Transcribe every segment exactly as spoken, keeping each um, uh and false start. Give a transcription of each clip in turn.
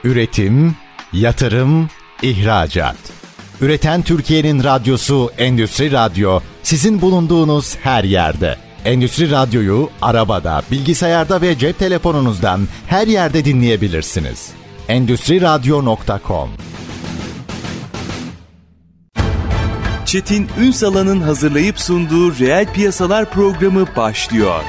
Üretim, yatırım, ihracat. Üreten Türkiye'nin radyosu Endüstri Radyo, sizin bulunduğunuz her yerde. Endüstri Radyo'yu arabada, bilgisayarda ve cep telefonunuzdan her yerde dinleyebilirsiniz. endüstri radyo nokta com. Çetin Ünsal'ın hazırlayıp sunduğu Reel Piyasalar programı başlıyor.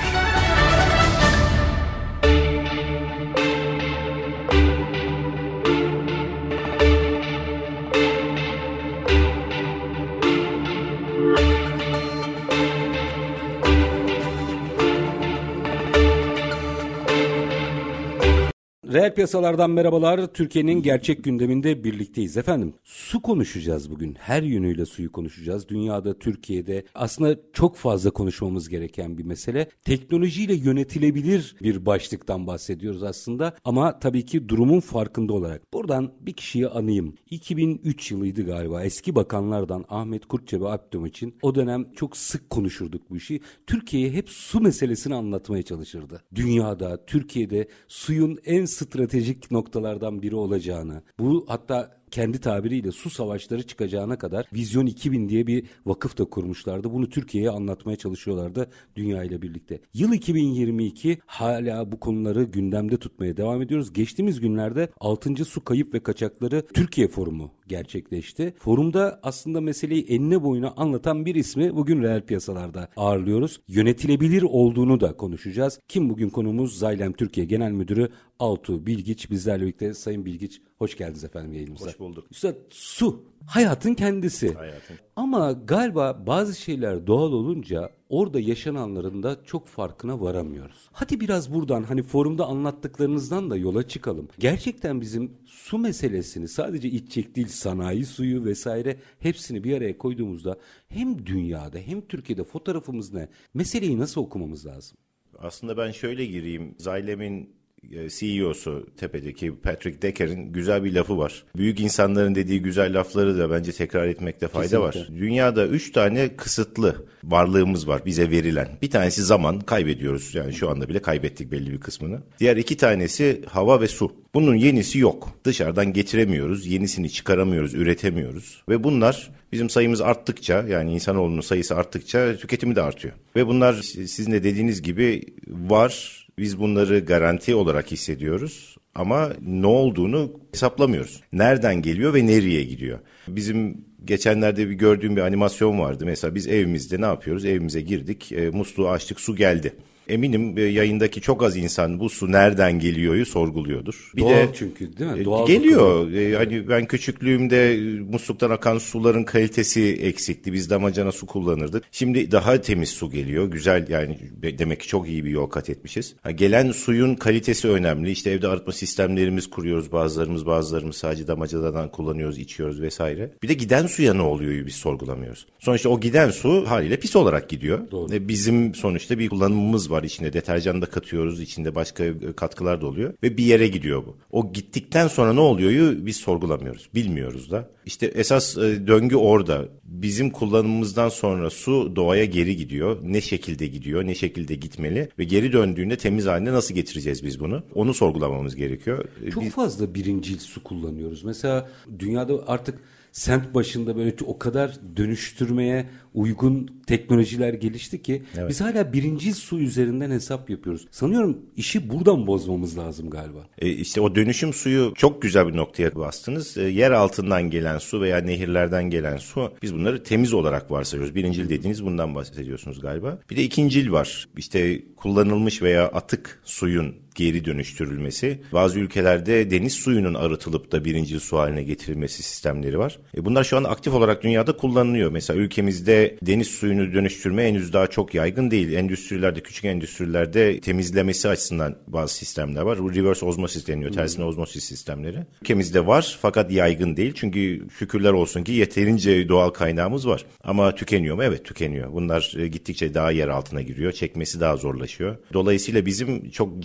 Reel piyasalardan merhabalar. Türkiye'nin gerçek gündeminde birlikteyiz. Efendim, su konuşacağız bugün. Her yönüyle suyu konuşacağız. Dünyada, Türkiye'de aslında çok fazla konuşmamız gereken bir mesele. Teknolojiyle yönetilebilir bir başlıktan bahsediyoruz aslında. Ama tabii ki durumun farkında olarak. Buradan bir kişiyi anayım. iki bin üç yılıydı galiba. Eski bakanlardan Ahmet Kurtçe ve Alp Dömeç'in o dönem çok sık konuşurduk bu işi. Türkiye'ye hep su meselesini anlatmaya çalışırdı. Dünyada, Türkiye'de suyun en stratejik noktalardan biri olacağını, bu hatta kendi tabiriyle su savaşları çıkacağına kadar Vizyon iki bin diye bir vakıf da kurmuşlardı. Bunu Türkiye'ye anlatmaya çalışıyorlardı dünya ile birlikte. Yıl iki bin yirmi iki, hala bu konuları gündemde tutmaya devam ediyoruz. Geçtiğimiz günlerde altıncı Su Kayıp ve Kaçakları Türkiye Forumu gerçekleşti. Forumda aslında meseleyi enine boyuna anlatan bir ismi bugün reel piyasalarda ağırlıyoruz. Yönetilebilir olduğunu da konuşacağız. Kim bugün konuğumuz? Xylem Türkiye Genel Müdürü Altuğ Bilgiç bizlerle birlikte. Sayın Bilgiç, hoş geldiniz efendim yayınımıza. Hoş bulduk. Üstad, su hayatın kendisi. Hayatın. Ama galiba bazı şeyler doğal olunca orada yaşananların da çok farkına varamıyoruz. Hadi biraz buradan, hani forumda anlattıklarınızdan da yola çıkalım. Gerçekten bizim su meselesini sadece içecek değil, sanayi suyu vesaire hepsini bir araya koyduğumuzda hem dünyada hem Türkiye'de fotoğrafımız ne? Meseleyi nasıl okumamız lazım? Aslında ben şöyle gireyim. Xylem'in C E O'su tepedeki Patrick Decker'in güzel bir lafı var. Büyük insanların dediği güzel lafları da bence tekrar etmekte fayda Kesinlikle. var. Dünyada üç tane kısıtlı varlığımız var bize verilen. Bir tanesi zaman, kaybediyoruz. Yani şu anda bile kaybettik belli bir kısmını. Diğer iki tanesi hava ve su. Bunun yenisi yok. Dışarıdan getiremiyoruz, yenisini çıkaramıyoruz, üretemiyoruz. Ve bunlar bizim sayımız arttıkça, yani insanoğlunun sayısı arttıkça tüketimi de artıyor. Ve bunlar sizin de dediğiniz gibi var. Biz bunları garanti olarak hissediyoruz ama ne olduğunu hesaplamıyoruz. Nereden geliyor ve nereye gidiyor? Bizim geçenlerde bir gördüğüm bir animasyon vardı. Mesela biz evimizde ne yapıyoruz? Evimize girdik, e, musluğu açtık, su geldi. Eminim e, yayındaki çok az insan bu su nereden geliyor'yu sorguluyordur. Bir Doğal de, çünkü değil mi? Doğal geliyor. E, hani ben küçüklüğümde e, musluktan akan suların kalitesi eksikti. Biz damacana su kullanırdık. Şimdi daha temiz su geliyor. Güzel, yani demek ki çok iyi bir yol kat etmişiz. Ha, gelen suyun kalitesi önemli. İşte evde arıtma sistemlerimiz kuruyoruz. Bazılarımız bazılarımız sadece damacanadan kullanıyoruz, içiyoruz vesaire. Bir de giden suya ne oluyor biz sorgulamıyoruz. Sonuçta o giden su haliyle pis olarak gidiyor. E, bizim sonuçta bir kullanımımız var. İçinde deterjan da katıyoruz, içinde başka katkılar da oluyor ve bir yere gidiyor bu. O gittikten sonra ne oluyor biz sorgulamıyoruz, bilmiyoruz da. İşte esas e, döngü orada. Bizim kullanımımızdan sonra su doğaya geri gidiyor. Ne şekilde gidiyor, ne şekilde gitmeli ve geri döndüğünde temiz haline nasıl getireceğiz biz bunu? Onu sorgulamamız gerekiyor. Çok biz... fazla birincil su kullanıyoruz. Mesela dünyada artık sent başında böyle o kadar dönüştürmeye uygun teknolojiler gelişti ki evet. Biz hala birinci su üzerinden hesap yapıyoruz. Sanıyorum işi buradan bozmamız lazım galiba. E işte o dönüşüm suyu çok güzel bir noktaya bastınız. E, yer altından gelen su veya nehirlerden gelen su, biz bunları temiz olarak varsayıyoruz. Birincil dediğiniz bundan bahsediyorsunuz galiba. Bir de ikincil var. İşte kullanılmış veya atık suyun geri dönüştürülmesi. Bazı ülkelerde deniz suyunun arıtılıp da birincil su haline getirilmesi sistemleri var. E bunlar şu an aktif olarak dünyada kullanılıyor. Mesela ülkemizde deniz suyunu dönüştürme henüz daha çok yaygın değil. Endüstrilerde, küçük endüstrilerde temizlemesi açısından bazı sistemler var. Reverse osmosis deniyor. Tersine osmosis sistemleri. Ülkemizde var fakat yaygın değil. Çünkü şükürler olsun ki yeterince doğal kaynağımız var. Ama tükeniyor mu? Evet, tükeniyor. Bunlar gittikçe daha yer altına giriyor. Çekmesi daha zorlaşıyor. Dolayısıyla bizim çok ciddi bir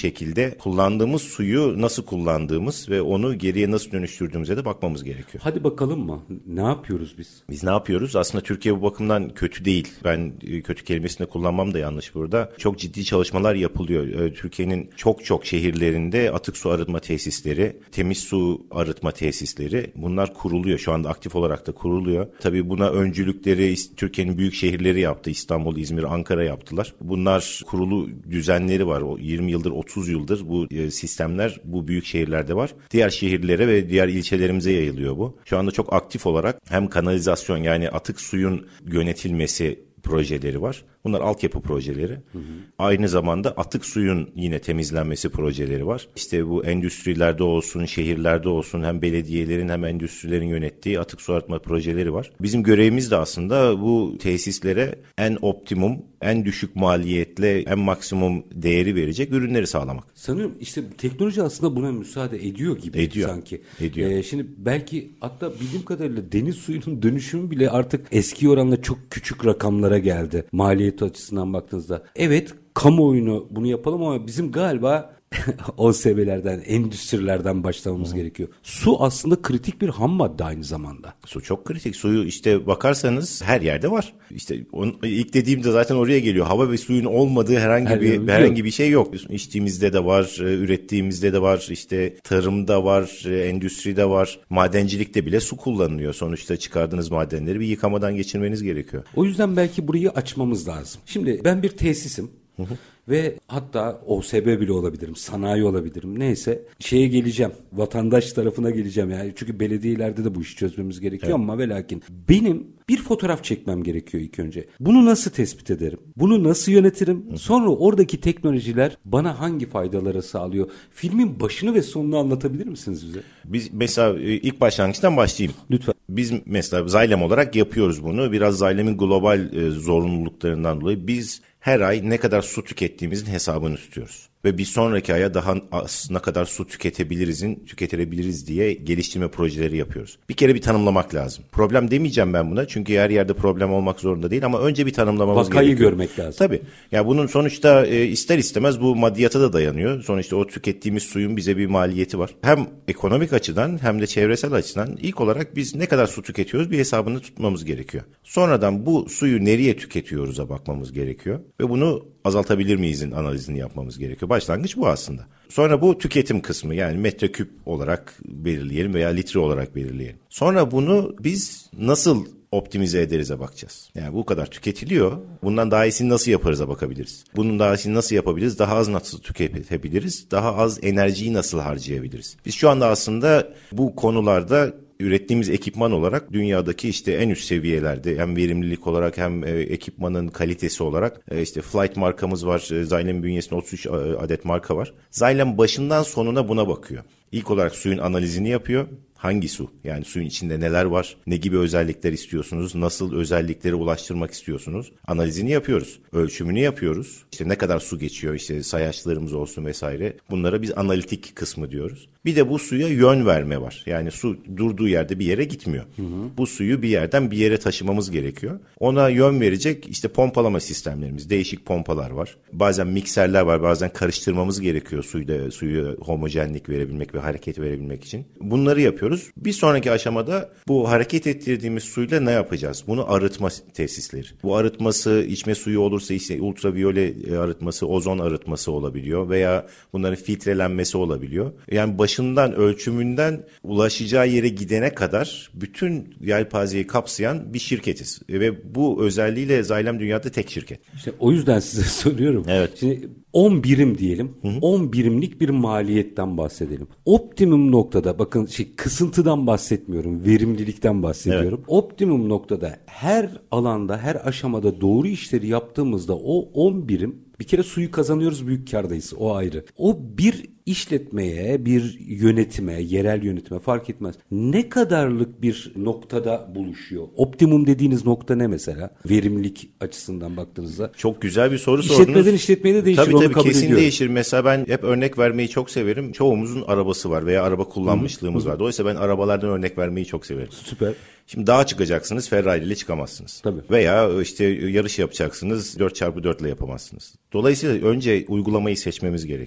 şekilde kullandığımız suyu nasıl kullandığımız ve onu geriye nasıl dönüştürdüğümüze de bakmamız gerekiyor. Hadi bakalım mı? Ne yapıyoruz biz? Biz ne yapıyoruz? Aslında Türkiye bu bakımdan kötü değil. Ben kötü kelimesini kullanmam da yanlış burada. Çok ciddi çalışmalar yapılıyor. Türkiye'nin çok çok şehirlerinde atık su arıtma tesisleri, temiz su arıtma tesisleri bunlar kuruluyor. Şu anda aktif olarak da kuruluyor. Tabii buna öncülükleri Türkiye'nin büyük şehirleri yaptı. İstanbul, İzmir, Ankara yaptılar. Bunlar kurulu düzenleri var. O yirmi yıldır, otuz yıldır bu sistemler bu büyük şehirlerde var. Diğer şehirlere ve diğer ilçelerimize yayılıyor bu. Şu anda çok aktif olarak hem kanalizasyon yani atık suyun yönetilmesi projeleri var. Bunlar altyapı projeleri. Hı hı. Aynı zamanda atık suyun yine temizlenmesi projeleri var. İşte bu endüstrilerde olsun, şehirlerde olsun hem belediyelerin hem endüstrilerin yönettiği atık su arıtma projeleri var. Bizim görevimiz de aslında bu tesislere en optimum, en düşük maliyetle en maksimum değeri verecek ürünleri sağlamak. Sanıyorum işte teknoloji aslında buna müsaade ediyor gibi ediyor, sanki. Ediyor. Ee, şimdi belki hatta bildiğim kadarıyla deniz suyunun dönüşümü bile artık eski oranla çok küçük rakamlara geldi. Maliyet açısından baktığınızda. Evet, kamuoyunu bunu yapalım ama bizim galiba O S B'lerden, endüstrilerden başlamamız Hı. gerekiyor. Su aslında kritik bir ham madde aynı zamanda. Su çok kritik. Suyu işte bakarsanız her yerde var. İşte on, ilk dediğimde zaten oraya geliyor. Hava ve suyun olmadığı herhangi her bir herhangi yok. bir şey yok. İçtiğimizde de var, ürettiğimizde de var, işte tarımda var, endüstride var. Madencilikte bile su kullanılıyor. Sonuçta çıkardığınız madenleri bir yıkamadan geçirmeniz gerekiyor. O yüzden belki burayı açmamız lazım. Şimdi ben bir tesisim. Hı hı. Ve hatta O S B bile olabilirim, sanayi olabilirim. Neyse şeye geleceğim, vatandaş tarafına geleceğim yani. Çünkü belediyelerde de bu işi çözmemiz gerekiyor evet. ama ve lakin benim bir fotoğraf çekmem gerekiyor ilk önce. Bunu nasıl tespit ederim? Bunu nasıl yönetirim? Hı. Sonra oradaki teknolojiler bana hangi faydaları sağlıyor? Filmin başını ve sonunu anlatabilir misiniz bize? Biz mesela ilk başlangıçtan başlayayım. Lütfen. Biz mesela Xylem olarak yapıyoruz bunu. Biraz Xylem'in global e, zorunluluklarından dolayı biz her ay ne kadar su tükettiğimizin hesabını tutuyoruz. Ve bir sonraki aya daha az ne kadar su tüketebilirizin, tüketebiliriz diye geliştirme projeleri yapıyoruz. Bir kere bir tanımlamak lazım. Problem demeyeceğim ben buna çünkü her yerde problem olmak zorunda değil ama önce bir tanımlamamız Vakayı gerekiyor. görmek lazım. Tabii. Ya bunun sonuçta e, ister istemez bu maddiyata da dayanıyor. Sonuçta o tükettiğimiz suyun bize bir maliyeti var. Hem ekonomik açıdan hem de çevresel açıdan ilk olarak biz ne kadar su tüketiyoruz bir hesabını tutmamız gerekiyor. Sonradan bu suyu nereye tüketiyoruz'a bakmamız gerekiyor ve bunu azaltabilir miyizin analizini yapmamız gerekiyor. Başlangıç bu aslında. Sonra bu tüketim kısmı yani metreküp olarak belirleyelim veya litre olarak belirleyelim. Sonra bunu biz nasıl optimize ederiz'e bakacağız. Yani bu kadar tüketiliyor. Bundan daha iyisini nasıl yaparız'a bakabiliriz. Bunun daha iyisini nasıl yapabiliriz? Daha az nasıl tüketebiliriz? Daha az enerjiyi nasıl harcayabiliriz? Biz şu anda aslında bu konularda ürettiğimiz ekipman olarak dünyadaki işte en üst seviyelerde hem verimlilik olarak hem e, ekipmanın kalitesi olarak e, işte Flight markamız var. E, Xylem bünyesinde otuz üç adet marka var. Xylem başından sonuna buna bakıyor. İlk olarak suyun analizini yapıyor. Hangi su? Yani suyun içinde neler var? Ne gibi özellikler istiyorsunuz? Nasıl özelliklere ulaştırmak istiyorsunuz? Analizini yapıyoruz. Ölçümünü yapıyoruz. İşte ne kadar su geçiyor? İşte sayaçlarımız olsun vesaire. Bunlara biz analitik kısmı diyoruz. Bir de bu suya yön verme var. Yani su durduğu yerde bir yere gitmiyor. Hı hı. Bu suyu bir yerden bir yere taşımamız gerekiyor. Ona yön verecek işte pompalama sistemlerimiz. Değişik pompalar var. Bazen mikserler var. Bazen karıştırmamız gerekiyor suyla, suyu homojenlik verebilmek ve hareket verebilmek için. Bunları yapıyoruz. Bir sonraki aşamada bu hareket ettirdiğimiz suyla ne yapacağız? Bunu arıtma tesisleri. Bu arıtması içme suyu olursa işte ultraviyole arıtması, ozon arıtması olabiliyor veya bunların filtrelenmesi olabiliyor. Yani başından ölçümünden ulaşacağı yere gidene kadar bütün yelpazeyi kapsayan bir şirketiz. Ve bu özelliğiyle Xylem dünyada tek şirket. İşte o yüzden size soruyorum. Evet. Şimdi on birim diyelim. Hı hı. on birimlik bir maliyetten bahsedelim. Optimum noktada bakın şey kısıntıdan bahsetmiyorum. Verimlilikten bahsediyorum. Evet. Optimum noktada her alanda, her aşamada doğru işleri yaptığımızda o on birim bir kere suyu kazanıyoruz, büyük kârdayız. O ayrı. O bir işletmeye, bir yönetime, yerel yönetime fark etmez. Ne kadarlık bir noktada buluşuyor? Optimum dediğiniz nokta ne mesela? Verimlilik açısından baktığınızda. Çok güzel bir soru sordunuz. İşletmeden işletmeye de değişir. Tabii onu tabii kabul kesin ediyorum. değişir. Mesela ben hep örnek vermeyi çok severim. Çoğumuzun arabası var veya araba kullanmışlığımız Hı-hı. var. Dolayısıyla ben arabalardan örnek vermeyi çok severim. Süper. Şimdi dağa çıkacaksınız, Ferrari ile çıkamazsınız. Tabii. Veya işte yarış yapacaksınız, dört çarpı dört ile yapamazsınız. Dolayısıyla önce uygulamayı seçmemiz gerekiyor.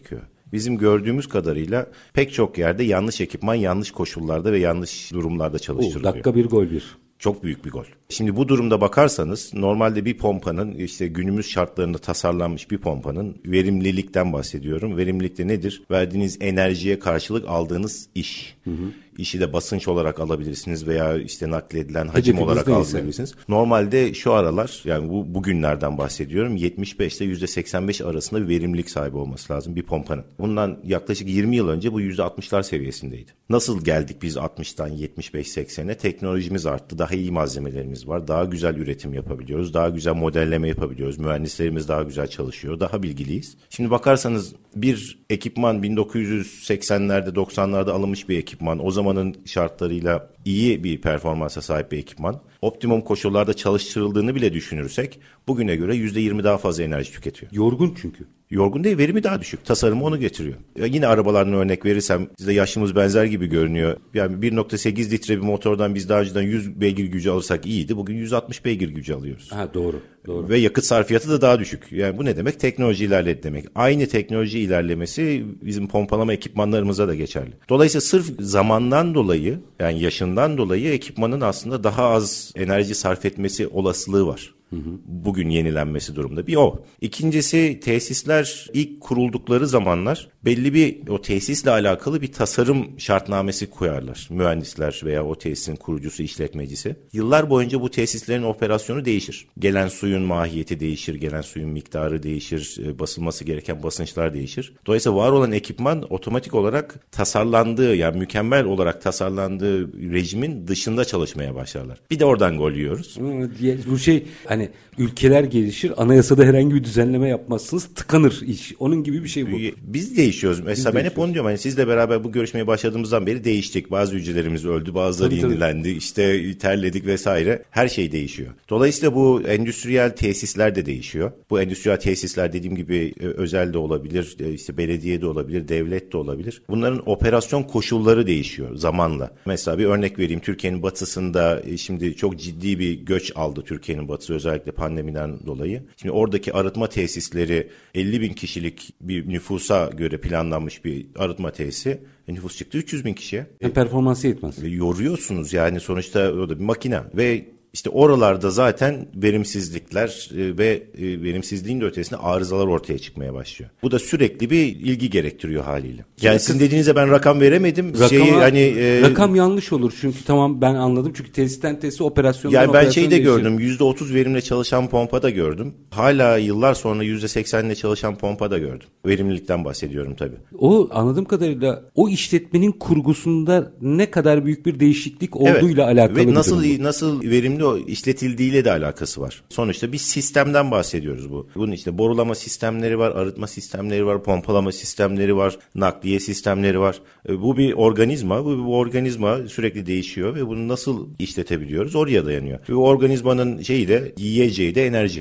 Bizim gördüğümüz kadarıyla pek çok yerde yanlış ekipman yanlış koşullarda ve yanlış durumlarda çalıştırılıyor. O, dakika bir gol bir. Çok büyük bir gol. Şimdi bu durumda bakarsanız normalde bir pompanın işte günümüz şartlarında tasarlanmış bir pompanın verimlilikten bahsediyorum. Verimlilik de nedir? Verdiğiniz enerjiye karşılık aldığınız iş. Hı hı. İşi de basınç olarak alabilirsiniz veya işte nakledilen hacim Hedefimiz olarak alabilirsiniz. Normalde şu aralar yani bu bugünlerden bahsediyorum yetmiş beş ile yüzde seksen beş arasında bir verimlilik sahibi olması lazım bir pompanın. Bundan yaklaşık yirmi yıl önce bu yüzde altmışlar seviyesindeydi. Nasıl geldik biz altmıştan yetmiş beş seksene? Teknolojimiz arttı. Daha iyi malzemelerimiz var. Daha güzel üretim yapabiliyoruz. Daha güzel modelleme yapabiliyoruz. Mühendislerimiz daha güzel çalışıyor. Daha bilgiliyiz. Şimdi bakarsanız bir ekipman bin dokuz yüz seksenlerde doksanlarda alınmış bir ekipman. O zamanın şartlarıyla iyi bir performansa sahip bir ekipman. Optimum koşullarda çalıştırıldığını bile düşünürsek bugüne göre yüzde yirmi daha fazla enerji tüketiyor. Yorgun çünkü. Yorgun değil, verimi daha düşük. Tasarımı onu getiriyor. Ya yine arabalardan örnek verirsem, size yaşımız benzer gibi görünüyor. Yani bir nokta sekiz litre bir motordan biz daha önceden yüz beygir gücü alırsak iyiydi. Bugün yüz altmış beygir gücü alıyoruz. Ha, doğru, doğru. Ve yakıt sarfiyatı da daha düşük. Yani bu ne demek? Teknoloji ilerledi demek. Aynı teknoloji ilerlemesi bizim pompalama ekipmanlarımıza da geçerli. Dolayısıyla sırf zamandan dolayı, yani yaşından dolayı ekipmanın aslında daha az enerji sarf etmesi olasılığı var. Hı hı. Bugün yenilenmesi durumda. Bir o. İkincisi, tesisler ilk kuruldukları zamanlar belli bir o tesisle alakalı bir tasarım şartnamesi koyarlar. Mühendisler veya o tesisin kurucusu, işletmecisi. Yıllar boyunca bu tesislerin operasyonu değişir. Gelen suyun mahiyeti değişir, gelen suyun miktarı değişir, basılması gereken basınçlar değişir. Dolayısıyla var olan ekipman otomatik olarak tasarlandığı, yani mükemmel olarak tasarlandığı rejimin dışında çalışmaya başlarlar. Bir de oradan gol yiyoruz. Bu şey hani ülkeler gelişir, anayasada herhangi bir düzenleme yapmazsınız, tıkanır iş. Onun gibi bir şey bu. Biz değişiyoruz. Mesela Biz ben hep onu diyorum. Hani sizle beraber bu görüşmeye başladığımızdan beri değiştik. Bazı hücrelerimiz öldü, bazıları tabii, yenilendi. Tabii. İşte terledik vesaire. Her şey değişiyor. Dolayısıyla bu endüstriyel tesisler de değişiyor. Bu endüstriyel tesisler dediğim gibi özel de olabilir, işte belediye de olabilir, devlet de olabilir. Bunların operasyon koşulları değişiyor zamanla. Mesela bir örnek vereyim. Türkiye'nin batısında şimdi çok ciddi bir göç aldı Türkiye'nin batısı, özellikle pandemiden dolayı. Şimdi oradaki arıtma tesisleri elli bin kişilik bir nüfusa göre planlanmış bir arıtma tesisi. E, nüfus çıktı üç yüz bin kişiye. E, performansı yetmez. E, yoruyorsunuz yani, sonuçta o da bir makine ve İşte oralarda zaten verimsizlikler ve verimsizliğin de ötesinde arızalar ortaya çıkmaya başlıyor. Bu da sürekli bir ilgi gerektiriyor haliyle. Yani sizin dediğinize ben rakam veremedim. Rakama, Şeyi, hani, e, rakam yanlış olur çünkü tamam ben anladım. Çünkü tesisten tesise, operasyondan yani operasyona ben şeyi de değişir. gördüm. yüzde otuz verimle çalışan pompa da gördüm. Hala yıllar sonra yüzde seksenle çalışan pompa da gördüm. Verimlilikten bahsediyorum tabii. O anladığım kadarıyla o işletmenin kurgusunda ne kadar büyük bir değişiklik olduğuyla evet, alakalı ve bir nasıl durum. nasıl verimli o işletildiğiyle de alakası var. Sonuçta bir sistemden bahsediyoruz bu. Bunun işte borulama sistemleri var, arıtma sistemleri var, pompalama sistemleri var, nakliye sistemleri var. Bu bir organizma. Bu, bu organizma sürekli değişiyor ve bunu nasıl işletebiliyoruz oraya dayanıyor. Ve bu organizmanın şeyi de, yiyeceği de enerji.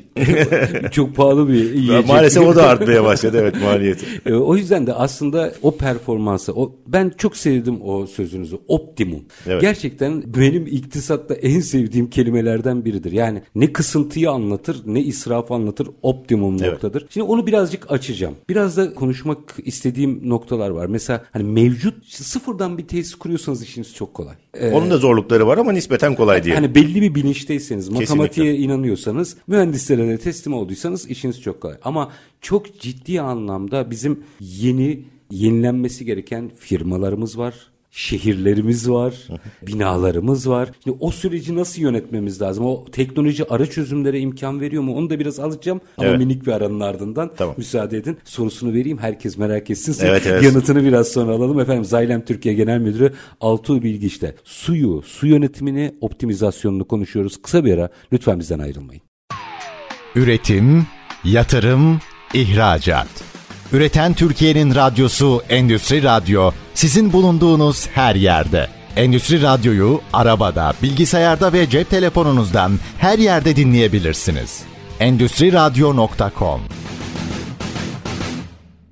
Çok pahalı bir yiyecek. Maalesef o da artmaya başladı, evet, maliyeti. O yüzden de aslında o performansı, o ben çok sevdim o sözünüzü. Optimum. Evet. Gerçekten benim iktisatta en sevdiğim kelimelerden biridir. Yani ne kısıntıyı anlatır, ne israfı anlatır, optimum evet. noktadır. Şimdi onu birazcık açacağım. Biraz da konuşmak istediğim noktalar var. Mesela hani mevcut sıfırdan bir tesis kuruyorsanız işiniz çok kolay. Ee, Onun da zorlukları var ama nispeten kolay değil. Hani belli bir bilinçteyseniz, matematiğe inanıyorsanız, mühendislere de teslim olduysanız işiniz çok kolay. Ama çok ciddi anlamda bizim yeni, yenilenmesi gereken firmalarımız var. Şehirlerimiz var, binalarımız var. Şimdi o süreci nasıl yönetmemiz lazım? O teknoloji ara çözümlere imkan veriyor mu? Onu da biraz alacağım ama evet. minik bir aranın ardından tamam. müsaade edin. Sorusunu vereyim, herkes merak etsin. Evet, evet. Yanıtını biraz sonra alalım. Efendim, Xylem Türkiye Genel Müdürü Altuğ Bilgiç'te suyu, su yönetimini, optimizasyonunu konuşuyoruz. Kısa bir ara, lütfen bizden ayrılmayın. Üretim, yatırım, ihracat. Üreten Türkiye'nin radyosu Endüstri Radyo, sizin bulunduğunuz her yerde. Endüstri Radyo'yu arabada, bilgisayarda ve cep telefonunuzdan her yerde dinleyebilirsiniz. endüstri radyo nokta com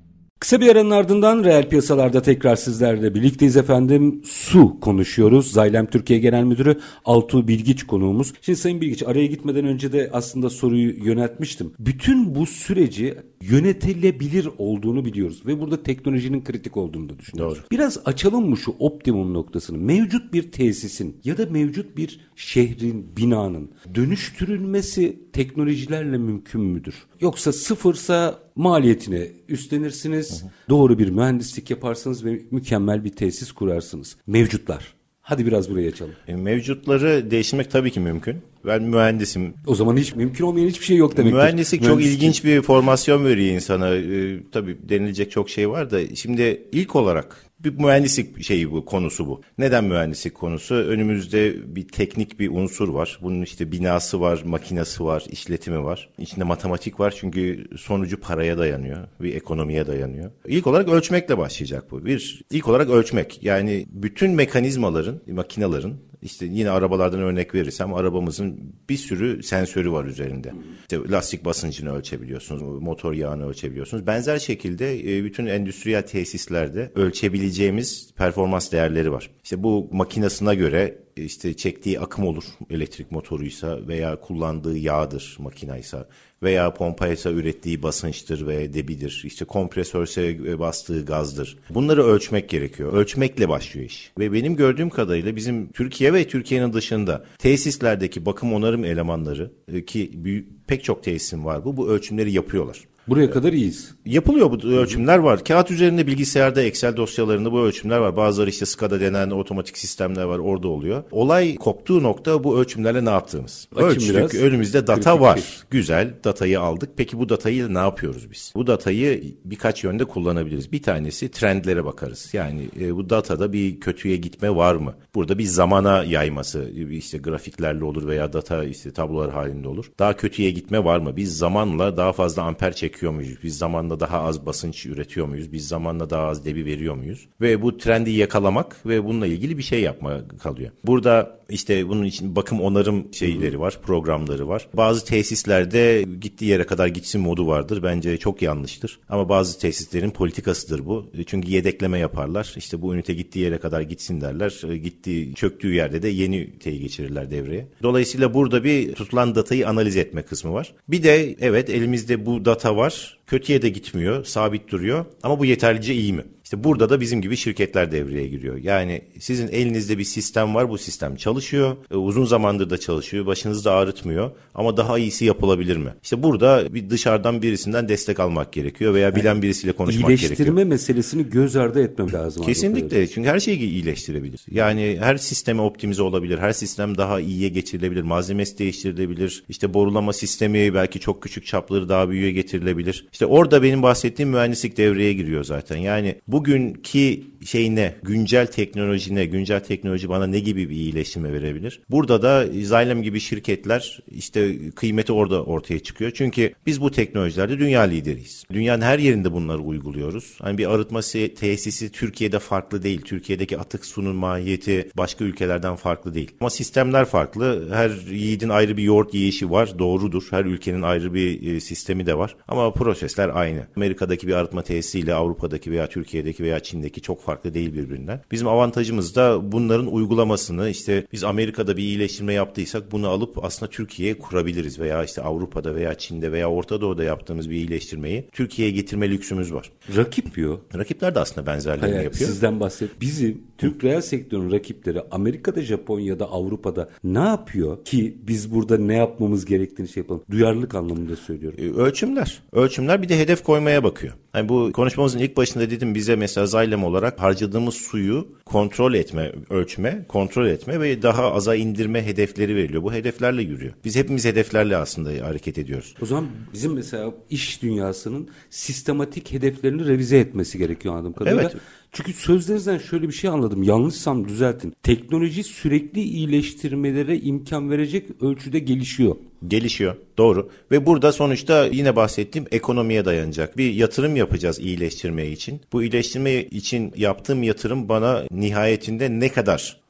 Kısa bir aranın ardından reel piyasalarda tekrar sizlerle birlikteyiz efendim. Su konuşuyoruz. Xylem Türkiye Genel Müdürü Altuğ Bilgiç konuğumuz. Şimdi Sayın Bilgiç, araya gitmeden önce de aslında soruyu yöneltmiştim. Bütün bu süreci yönetilebilir olduğunu biliyoruz ve burada teknolojinin kritik olduğunu da düşünüyoruz. Doğru. Biraz açalım mı şu optimum noktasını? Mevcut bir tesisin ya da mevcut bir şehrin, binanın dönüştürülmesi teknolojilerle mümkün müdür? Yoksa sıfırsa maliyetini üstlenirsiniz, hı hı. doğru bir mühendislik yaparsınız ve mükemmel bir tesis kurarsınız. Mevcutlar. Hadi biraz buraya açalım. E, mevcutları değiştirmek tabii ki mümkün. Ben mühendisim. O zaman hiç mümkün olmayan hiçbir şey yok demektir. Mühendislik çok Mühendislik. ilginç bir formasyon veriyor insana. Ee, tabii denilecek çok şey var da şimdi ilk olarak bir mühendislik şeyi bu, konusu bu. Neden mühendislik konusu? Önümüzde bir teknik bir unsur var. Bunun işte binası var, makinesi var, işletimi var. İçinde matematik var çünkü sonucu paraya dayanıyor, bir ekonomiye dayanıyor. İlk olarak ölçmekle başlayacak bu. Bir, ilk olarak ölçmek. Yani bütün mekanizmaların, makinelerin, İşte yine arabalardan örnek verirsem arabamızın bir sürü sensörü var üzerinde. İşte lastik basıncını ölçebiliyorsunuz, motor yağını ölçebiliyorsunuz. Benzer şekilde bütün endüstriyel tesislerde ölçebileceğimiz performans değerleri var. İşte bu makinasına göre işte çektiği akım olur, elektrik motoruysa veya kullandığı yağdır makinaysa veya pompaysa ürettiği basınçtır ve debidir. İşte kompresörse bastığı gazdır. Bunları ölçmek gerekiyor. Ölçmekle başlıyor iş. Ve benim gördüğüm kadarıyla bizim Türkiye ve Türkiye'nin dışında tesislerdeki bakım onarım elemanları ki büyük, pek çok tesisin var bu, bu ölçümleri yapıyorlar. Buraya kadar iyiyiz. Yapılıyor bu ölçümler var. Kağıt üzerinde bilgisayarda Excel dosyalarında bu ölçümler var. Bazıları işte SCADA denen otomatik sistemler var, orada oluyor. Olay koptuğu nokta bu ölçümlerle ne yaptığımız. Ölçtük, önümüzde data var. Güzel, datayı aldık. Peki bu datayı ne yapıyoruz biz? Bu datayı birkaç yönde kullanabiliriz. Bir tanesi trendlere bakarız. Yani e, bu datada bir kötüye gitme var mı? Burada bir zamana yayması, işte grafiklerle olur veya data işte tablolar halinde olur. Daha kötüye gitme var mı? Biz zamanla daha fazla amper çekiyoruz. Muyuz? Biz zamanla daha az basınç üretiyor muyuz? Biz zamanla daha az debi veriyor muyuz? Ve bu trendi yakalamak ve bununla ilgili bir şey yapma kalıyor. Burada işte bunun için bakım onarım şeyleri var, programları var. Bazı tesislerde gittiği yere kadar gitsin modu vardır. Bence çok yanlıştır. Ama bazı tesislerin politikasıdır bu. Çünkü yedekleme yaparlar. İşte bu ünite gittiği yere kadar gitsin derler. Gittiği, çöktüğü yerde de yeni üniteyi geçirirler devreye. Dolayısıyla burada bir tutulan datayı analiz etme kısmı var. Bir de evet elimizde bu data var. Kötüye de gitmiyor, sabit duruyor ama bu yeterlice iyi mi? İşte burada da bizim gibi şirketler devreye giriyor. Yani sizin elinizde bir sistem var, bu sistem çalışıyor. E, uzun zamandır da çalışıyor, başınızı da ağrıtmıyor ama daha iyisi yapılabilir mi? İşte burada bir dışarıdan birisinden destek almak gerekiyor veya bilen yani, birisiyle konuşmak iyileştirme gerekiyor. İyileştirme meselesini göz ardı etmem lazım. Kesinlikle, çünkü her şeyi iyileştirebilir. Yani her sisteme optimize olabilir, her sistem daha iyiye geçirilebilir, malzemesi değiştirilebilir. İşte borulama sistemi belki çok küçük çapları daha büyüğe getirilebilir. İşte orada benim bahsettiğim mühendislik devreye giriyor zaten. Yani bugünkü şeyine, güncel teknolojine, güncel teknoloji bana ne gibi bir iyileştirme verebilir? Burada da Xylem gibi şirketler işte kıymeti orada ortaya çıkıyor. Çünkü biz bu teknolojilerde dünya lideriyiz. Dünyanın her yerinde bunları uyguluyoruz. Hani bir arıtma tesisi Türkiye'de farklı değil. Türkiye'deki atık sunun mahiyeti başka ülkelerden farklı değil. Ama sistemler farklı. Her yiğidin ayrı bir yoğurt yiyişi var. Doğrudur. Her ülkenin ayrı bir sistemi de var. Ama prosesler aynı. Amerika'daki bir arıtma tesisiyle Avrupa'daki veya Türkiye'deki veya Çin'deki çok farklı değil birbirinden. Bizim avantajımız da bunların uygulamasını, işte biz Amerika'da bir iyileştirme yaptıysak bunu alıp aslında Türkiye'ye kurabiliriz veya işte Avrupa'da veya Çin'de veya Orta Doğu'da yaptığımız bir iyileştirmeyi Türkiye'ye getirme lüksümüz var. Rakip diyor. Rakipler de aslında benzerlerini Hayır, yapıyor. Sizden bahset. Bizim Türk reel sektörün rakipleri Amerika'da, Japonya'da, Avrupa'da ne yapıyor ki biz burada ne yapmamız gerektiğini şey yapalım. Duyarlılık anlamında söylüyorum. Ee, ölçümler. Ölçümler bir de hedef koymaya bakıyor. Yani bu konuşmamızın ilk başında dedim, bize mesela Xylem olarak harcadığımız suyu kontrol etme, ölçme, kontrol etme ve daha aza indirme hedefleri veriliyor. Bu hedeflerle yürüyor. Biz hepimiz hedeflerle aslında hareket ediyoruz. O zaman bizim mesela iş dünyasının sistematik hedeflerini revize etmesi gerekiyor anladığım kadarıyla. Evet. Çünkü sözlerinizden şöyle bir şey anladım. Yanlışsam düzeltin. Teknoloji sürekli iyileştirmelere imkan verecek ölçüde gelişiyor. Gelişiyor. Doğru. Ve burada sonuçta yine bahsettiğim ekonomiye dayanacak. Bir yatırım yapacağız iyileştirme için. Bu iyileştirme için yaptığım yatırım bana nihayetinde ne kadar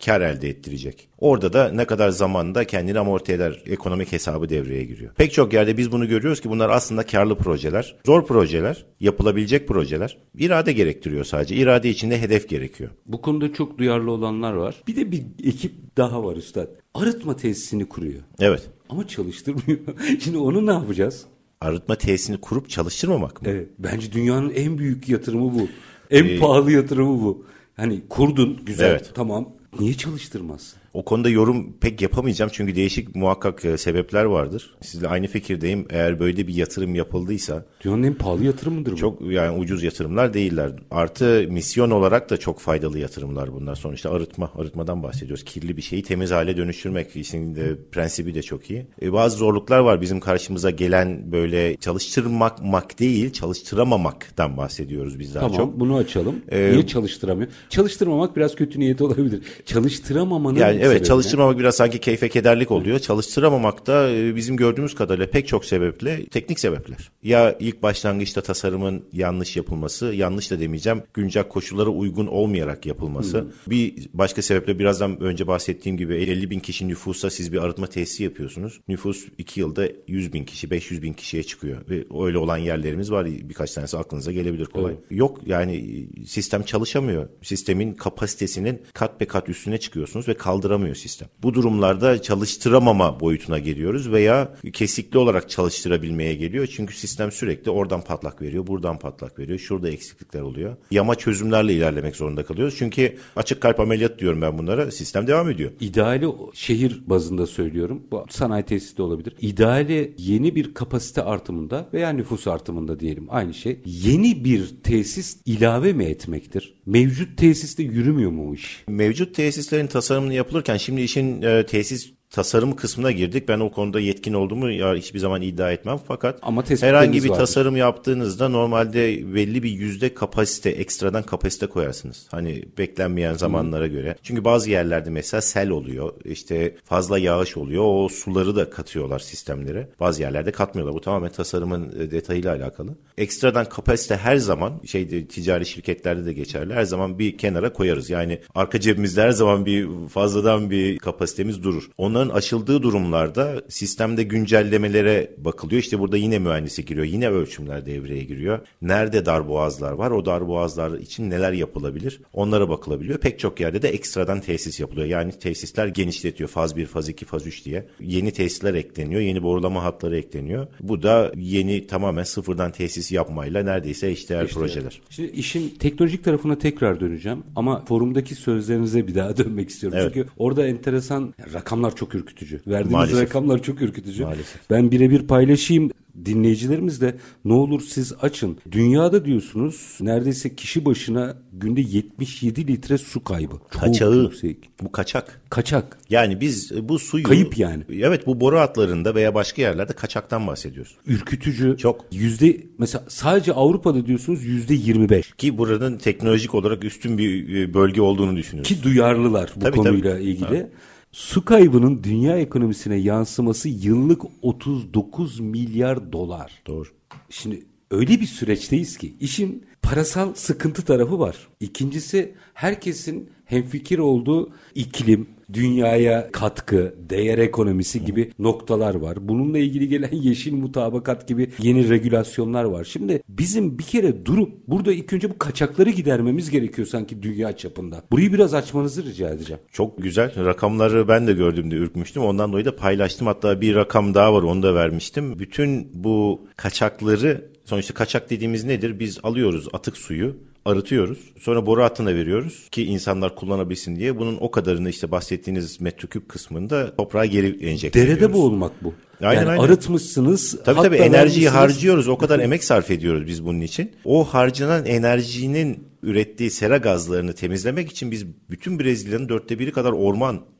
kar elde ettirecek. Orada da ne kadar zamanda kendini amorti eder, ekonomik hesabı devreye giriyor. Pek çok yerde biz bunu görüyoruz ki bunlar aslında karlı projeler, zor projeler, yapılabilecek projeler. İrade gerektiriyor sadece. İrade içinde hedef gerekiyor. Bu konuda çok duyarlı olanlar var. Bir de bir ekip daha var üstad. Arıtma tesisini kuruyor. Evet. Ama çalıştırmıyor. Şimdi onu ne yapacağız? Arıtma tesisini kurup çalıştırmamak mı? Evet. Bence dünyanın en büyük yatırımı bu. En ee, pahalı yatırımı bu. Hani kurdun, güzel, evet. Tamam. Niye çalıştırmazsın? O konuda yorum pek yapamayacağım çünkü değişik muhakkak e, sebepler vardır. Sizle aynı fikirdeyim. Eğer böyle bir yatırım yapıldıysa... Dünyanın en pahalı yatırımıdır bu. Çok yani ucuz yatırımlar değiller. Artı misyon olarak da çok faydalı yatırımlar bunlar. Sonuçta arıtma, arıtmadan bahsediyoruz. Kirli bir şeyi temiz hale dönüştürmek. İşin de prensibi de çok iyi. E, bazı zorluklar var bizim karşımıza gelen böyle çalıştırmak değil, çalıştıramamaktan bahsediyoruz biz daha tamam, çok. Tamam bunu açalım. Ee, Niye çalıştıramıyor? Çalıştırmamak biraz kötü niyet olabilir. Çalıştıramamanın yani evet sebebine... çalıştırmamak biraz sanki keyfe kederlik oluyor. Çalıştıramamak da bizim gördüğümüz kadarıyla pek çok sebeple teknik sebepler. Ya ilk başlangıçta tasarımın yanlış yapılması, yanlış da demeyeceğim, güncel koşullara uygun olmayarak yapılması. Hmm. Bir başka sebeple birazdan önce bahsettiğim gibi elli bin kişi nüfusa siz bir arıtma tesisi yapıyorsunuz. Nüfus iki yılda yüz bin kişi, beş yüz bin kişiye çıkıyor. Ve öyle olan yerlerimiz var. Birkaç tanesi aklınıza gelebilir kolay. Evet. Yok yani sistem çalışamıyor. Sistemin kapasitesinin kat be kat üstüne çıkıyorsunuz ve kaldıramıyor sistem. Bu durumlarda çalıştıramama boyutuna geliyoruz veya kesikli olarak çalıştırabilmeye geliyor. Çünkü sistem sürekli oradan patlak veriyor, buradan patlak veriyor. Şurada eksiklikler oluyor. Yama çözümlerle ilerlemek zorunda kalıyoruz. Çünkü açık kalp ameliyat diyorum ben bunlara. Sistem devam ediyor. İdeali şehir bazında söylüyorum. Bu sanayi tesisi de olabilir. İdeali yeni bir kapasite artımında veya nüfus artımında diyelim aynı şey. Yeni bir tesis ilave mi etmektir? Mevcut tesiste yürümüyor mu o iş? Mevcut tesislerin tasarımını yapılırken şimdi işin e, tesis tasarım kısmına girdik. Ben o konuda yetkin olduğumu ya hiçbir zaman iddia etmem. Fakat herhangi bir vardır. Tasarım yaptığınızda normalde belli bir yüzde kapasite, ekstradan kapasite koyarsınız. Hani beklenmeyen zamanlara hmm. göre. Çünkü bazı yerlerde mesela sel oluyor. İşte fazla yağış oluyor. O suları da katıyorlar sistemlere. Bazı yerlerde katmıyorlar. Bu tamamen tasarımın detayıyla alakalı. Ekstradan kapasite her zaman şeyde ticari şirketlerde de geçerli. Her zaman bir kenara koyarız. Yani arka cebimizde her zaman bir fazladan bir kapasitemiz durur. Onların aşıldığı durumlarda sistemde güncellemelere bakılıyor. İşte burada yine mühendisi giriyor. Yine ölçümler devreye giriyor. Nerede darboğazlar var? O darboğazlar için neler yapılabilir? Onlara bakılabiliyor. Pek çok yerde de ekstradan tesis yapılıyor. Yani tesisler genişletiyor. Faz bir, faz iki, faz üç diye. Yeni tesisler ekleniyor. Yeni borulama hatları ekleniyor. Bu da yeni tamamen sıfırdan tesis yapmayla neredeyse eşdeğer işte, projeler. Şimdi işin teknolojik tarafına tekrar döneceğim. Ama forumdaki sözlerinize bir daha dönmek istiyorum. Evet. Çünkü orada enteresan rakamlar çok ürkütücü. Verdiğiniz Maalesef. rakamlar çok ürkütücü. Maalesef. Ben birebir paylaşayım. Dinleyicilerimiz de ne olur siz açın. Dünyada diyorsunuz neredeyse kişi başına günde yetmiş yedi litre su kaybı. Çok Kaçağı. Yüksek. Bu kaçak. Kaçak. Yani biz bu suyu... Kayıp yani. Evet bu boru hatlarında veya başka yerlerde kaçaktan bahsediyoruz. Ürkütücü. Çok. Yüzde mesela sadece Avrupa'da diyorsunuz yüzde yirmi beş. Ki buranın teknolojik olarak üstün bir bölge olduğunu düşünüyoruz. Ki duyarlılar bu tabii, konuyla tabii. ilgili. Ha. Su kaybının dünya ekonomisine yansıması yıllık otuz dokuz milyar dolar. Doğru. Şimdi öyle bir süreçteyiz ki işin parasal sıkıntı tarafı var. İkincisi herkesin hemfikir olduğu iklim, dünyaya katkı, değer ekonomisi gibi noktalar var. Bununla ilgili gelen yeşil mutabakat gibi yeni regülasyonlar var. Şimdi bizim bir kere durup burada ilk önce bu kaçakları gidermemiz gerekiyor sanki dünya çapında. Burayı biraz açmanızı rica edeceğim. Çok güzel. Rakamları ben de gördüğümde ürkmüştüm. Ondan dolayı da paylaştım. Hatta bir rakam daha var onu da vermiştim. Bütün bu kaçakları sonuçta kaçak dediğimiz nedir? Biz alıyoruz atık suyu. Arıtıyoruz. Sonra boru hattına veriyoruz ki insanlar kullanabilsin diye. Bunun o kadarını işte bahsettiğiniz metreküp kısmında toprağa geri enjekte ediyoruz. Derede boğulmak bu. Aynen, yani aynen. Arıtmışsınız. Tabii tabii enerjiyi harcıyoruz. O kadar emek sarf ediyoruz biz bunun için. O harcanan enerjinin ürettiği sera gazlarını temizlemek için biz bütün Brezilya'nın dörtte biri kadar orman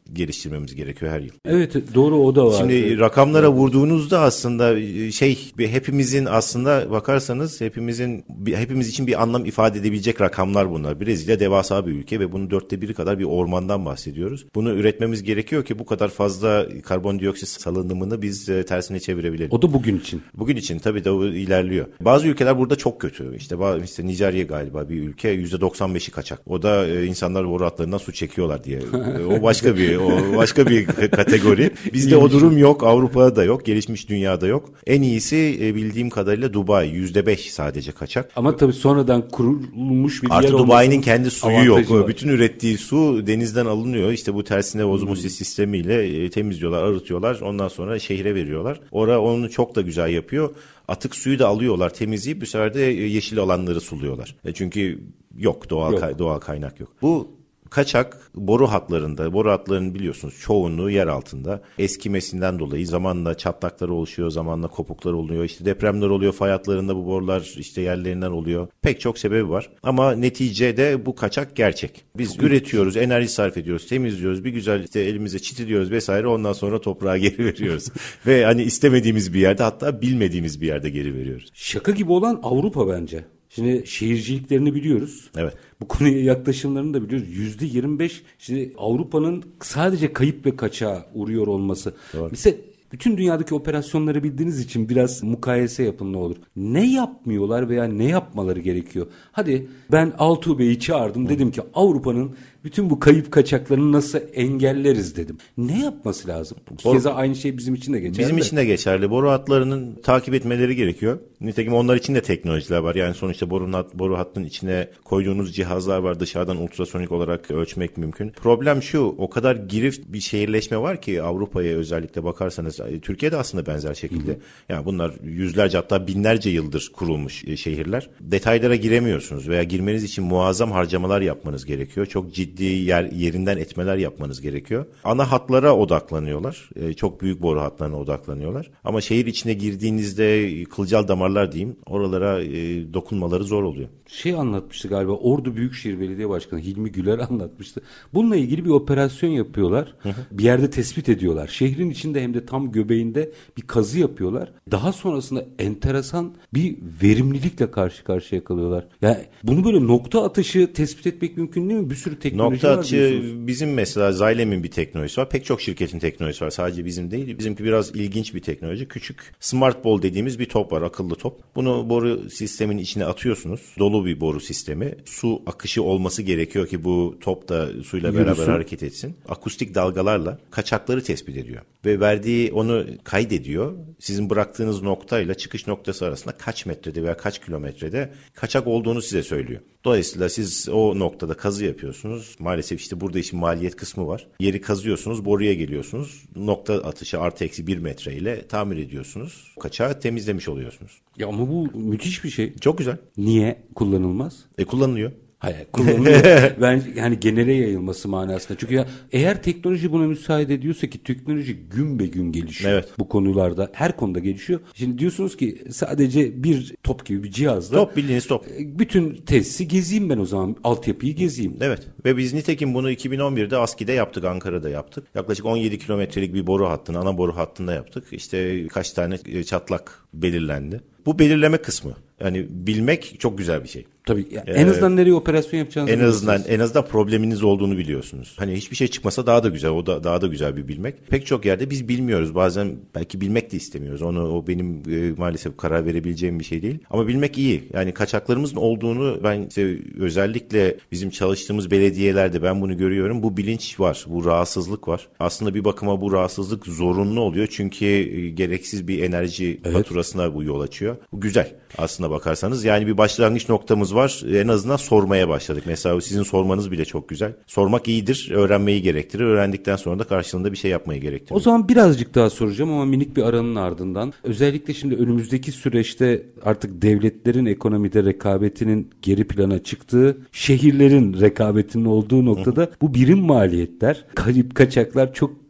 geliştirmemiz gerekiyor her yıl. Evet, doğru, o da var. Şimdi rakamlara vurduğunuzda aslında şey, hepimizin aslında bakarsanız hepimizin hepimiz için bir anlam ifade edebilecek rakamlar bunlar. Brezilya devasa bir ülke ve bunun dörtte biri kadar bir ormandan bahsediyoruz. Bunu üretmemiz gerekiyor ki bu kadar fazla karbondioksit salınımını biz tersine çevirebilelim. O da bugün için. Bugün için tabii de o ilerliyor. Bazı ülkeler burada çok kötü. İşte, işte Nijerya galiba bir ülke yüzde doksan beşi kaçak. O da e, insanlar boru hatlarından su çekiyorlar diye. O başka bir o başka bir kategori. Bizde o durum yok. Avrupa'da da yok. Gelişmiş dünyada yok. En iyisi e, bildiğim kadarıyla Dubai. yüzde beş sadece kaçak. Ama tabii sonradan kurulmuş bir Artı yer olması. Artı Dubai'nin kendi suyu yok. Var. Bütün ürettiği su denizden alınıyor. İşte bu tersine ozmosis hmm. sistemiyle e, temizliyorlar, arıtıyorlar. Ondan sonra şehre veriyorlar. Orada onu çok da güzel yapıyor. Atık suyu da alıyorlar, temizleyip bu sefer de yeşil alanları suluyorlar. E çünkü yok doğal yok. Kay, doğal kaynak yok. Bu kaçak boru hatlarında, boru hatlarının biliyorsunuz çoğunluğu yer altında. Eskimesinden dolayı zamanla çatlakları oluşuyor, zamanla kopuklar oluyor. İşte depremler oluyor, fay hatlarında bu borular işte yerlerinden oluyor. Pek çok sebebi var. Ama neticede bu kaçak gerçek. Biz Çok üretiyoruz, enerji sarf ediyoruz, temizliyoruz, bir güzel işte elimize çitiliyoruz vesaire, ondan sonra toprağa geri veriyoruz. Ve hani istemediğimiz bir yerde, hatta bilmediğimiz bir yerde geri veriyoruz. Şaka gibi olan Avrupa bence. Şimdi şehirciliklerini biliyoruz. Evet. Bu konuya yaklaşımlarını da biliyoruz. yüzde yirmi beş şimdi Avrupa'nın sadece kayıp ve kaçağa uğruyor olması. Doğru. Mesela bütün dünyadaki operasyonları bildiğiniz için biraz mukayese yapın ne olur. Ne yapmıyorlar veya ne yapmaları gerekiyor? Hadi ben Altuğ Bey'i çağırdım, dedim ki Avrupa'nın bütün bu kayıp kaçaklarını nasıl engelleriz dedim. Ne yapması lazım? Keza aynı şey bizim için de geçerli. Bizim de. için de geçerli. Boru hatlarının takip etmeleri gerekiyor. Nitekim onlar için de teknolojiler var. Yani sonuçta boru, hat, boru hattının içine koyduğunuz cihazlar var. Dışarıdan ultrasonik olarak ölçmek mümkün. Problem şu, o kadar girift bir şehirleşme var ki Avrupa'ya özellikle bakarsanız, Türkiye'de aslında benzer şekilde. Hı hı. Yani bunlar yüzlerce hatta binlerce yıldır kurulmuş şehirler. Detaylara giremiyorsunuz veya girmeniz için muazzam harcamalar yapmanız gerekiyor. Çok ciddi yer yerinden etmeler yapmanız gerekiyor. Ana hatlara odaklanıyorlar. Ee, çok büyük boru hatlarına odaklanıyorlar. Ama şehir içine girdiğinizde kılcal damarlar diyeyim, oralara e, dokunmaları zor oluyor. Şey anlatmıştı galiba, Ordu Büyükşehir Belediye Başkanı Hilmi Güler anlatmıştı. Bununla ilgili bir operasyon yapıyorlar. Hı hı. Bir yerde tespit ediyorlar. Şehrin içinde hem de tam göbeğinde bir kazı yapıyorlar. Daha sonrasında enteresan bir verimlilikle karşı karşıya kalıyorlar. Yani bunu böyle nokta atışı tespit etmek mümkün değil mi? Bir sürü teknoloji nokta var. Nokta atışı bizim mesela Xylem'in bir teknolojisi var. Pek çok şirketin teknolojisi var. Sadece bizim değil. Bizimki biraz ilginç bir teknoloji. Küçük smart ball dediğimiz bir top var. Akıllı top. Bunu boru sistemin içine atıyorsunuz. Dolu bir boru sistemi. Su akışı olması gerekiyor ki bu top da suyla Yürüsün. beraber hareket etsin. Akustik dalgalarla kaçakları tespit ediyor. Ve verdiği onu kaydediyor. Sizin bıraktığınız noktayla çıkış noktası arasında kaç metrede veya kaç kilometrede kaçak olduğunu size söylüyor. Dolayısıyla siz o noktada kazı yapıyorsunuz. Maalesef işte burada işin maliyet kısmı var. Yeri kazıyorsunuz, boruya geliyorsunuz. Nokta atışı artı eksi bir metreyle tamir ediyorsunuz. Kaçağı temizlemiş oluyorsunuz. Ya ama bu müthiş bir şey. Çok güzel. Niye kullanılmaz? E kullanılıyor. Hayır, kullanılıyor. Ben yani genele yayılması manasında. Çünkü ya eğer teknoloji buna müsaade ediyorsa, ki teknoloji gün be gün gelişiyor. Evet. Bu konularda her konuda gelişiyor. Şimdi diyorsunuz ki sadece bir top gibi bir cihazla. Top, bildiğiniz top. Bütün tesisi gezeyim ben o zaman. Altyapıyı gezeyim. Evet. Ve biz nitekim bunu iki bin on birde ASKİ'de yaptık, Ankara'da yaptık. Yaklaşık on yedi kilometrelik bir boru hattını, ana boru hattında yaptık. İşte kaç tane çatlak belirlendi. Bu belirleme kısmı. Yani bilmek çok güzel bir şey. Tabii. Yani ee, en azından nereye operasyon yapacağınızı en azından en azından probleminiz olduğunu biliyorsunuz. Hani hiçbir şey çıkmasa daha da güzel. O da daha da güzel bir bilmek. Pek çok yerde biz bilmiyoruz. Bazen belki bilmek de istemiyoruz. Onu o benim e, maalesef karar verebileceğim bir şey değil. Ama bilmek iyi. Yani kaçaklarımızın olduğunu ben işte özellikle bizim çalıştığımız belediyelerde ben bunu görüyorum. Bu bilinç var. Bu rahatsızlık var. Aslında bir bakıma bu rahatsızlık zorunlu oluyor. Çünkü e, gereksiz bir enerji evet. faturasına bu yol açıyor. Bu güzel aslına bakarsanız. Yani bir başlangıç noktamız var. En azından sormaya başladık. Mesela sizin sormanız bile çok güzel. Sormak iyidir, öğrenmeyi gerektirir. Öğrendikten sonra da karşılığında bir şey yapmayı gerektirir. O zaman birazcık daha soracağım ama minik bir aranın ardından. Özellikle şimdi önümüzdeki süreçte artık devletlerin ekonomide rekabetinin geri plana çıktığı, şehirlerin rekabetinin olduğu noktada Hı. bu birim maliyetler, kayıp kaçaklar çok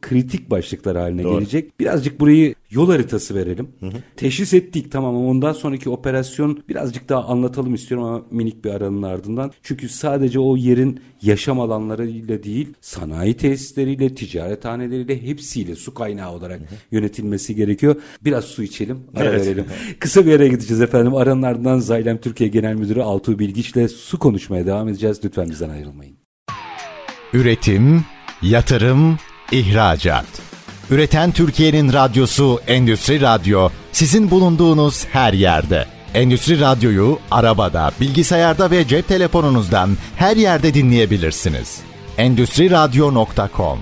kritik başlıklar haline Doğru. gelecek. Birazcık burayı yol haritası verelim. Hı hı. Teşhis ettik tamam ama ondan sonraki operasyon birazcık daha anlatalım istiyorum ama minik bir aranın ardından. Çünkü sadece o yerin yaşam alanlarıyla değil, sanayi tesisleriyle, ticarethaneleriyle hepsiyle su kaynağı olarak hı hı. yönetilmesi gerekiyor. Biraz su içelim, ara evet. verelim. Kısa bir araya gideceğiz efendim. Aranın ardından Xylem Türkiye Genel Müdürü Altuğ Bilgiç'le su konuşmaya devam edeceğiz. Lütfen bizden ayrılmayın. Üretim, yatırım, ihracat. Üreten Türkiye'nin radyosu Endüstri Radyo, sizin bulunduğunuz her yerde. Endüstri Radyo'yu arabada, bilgisayarda ve cep telefonunuzdan her yerde dinleyebilirsiniz. endüstri radyo nokta com.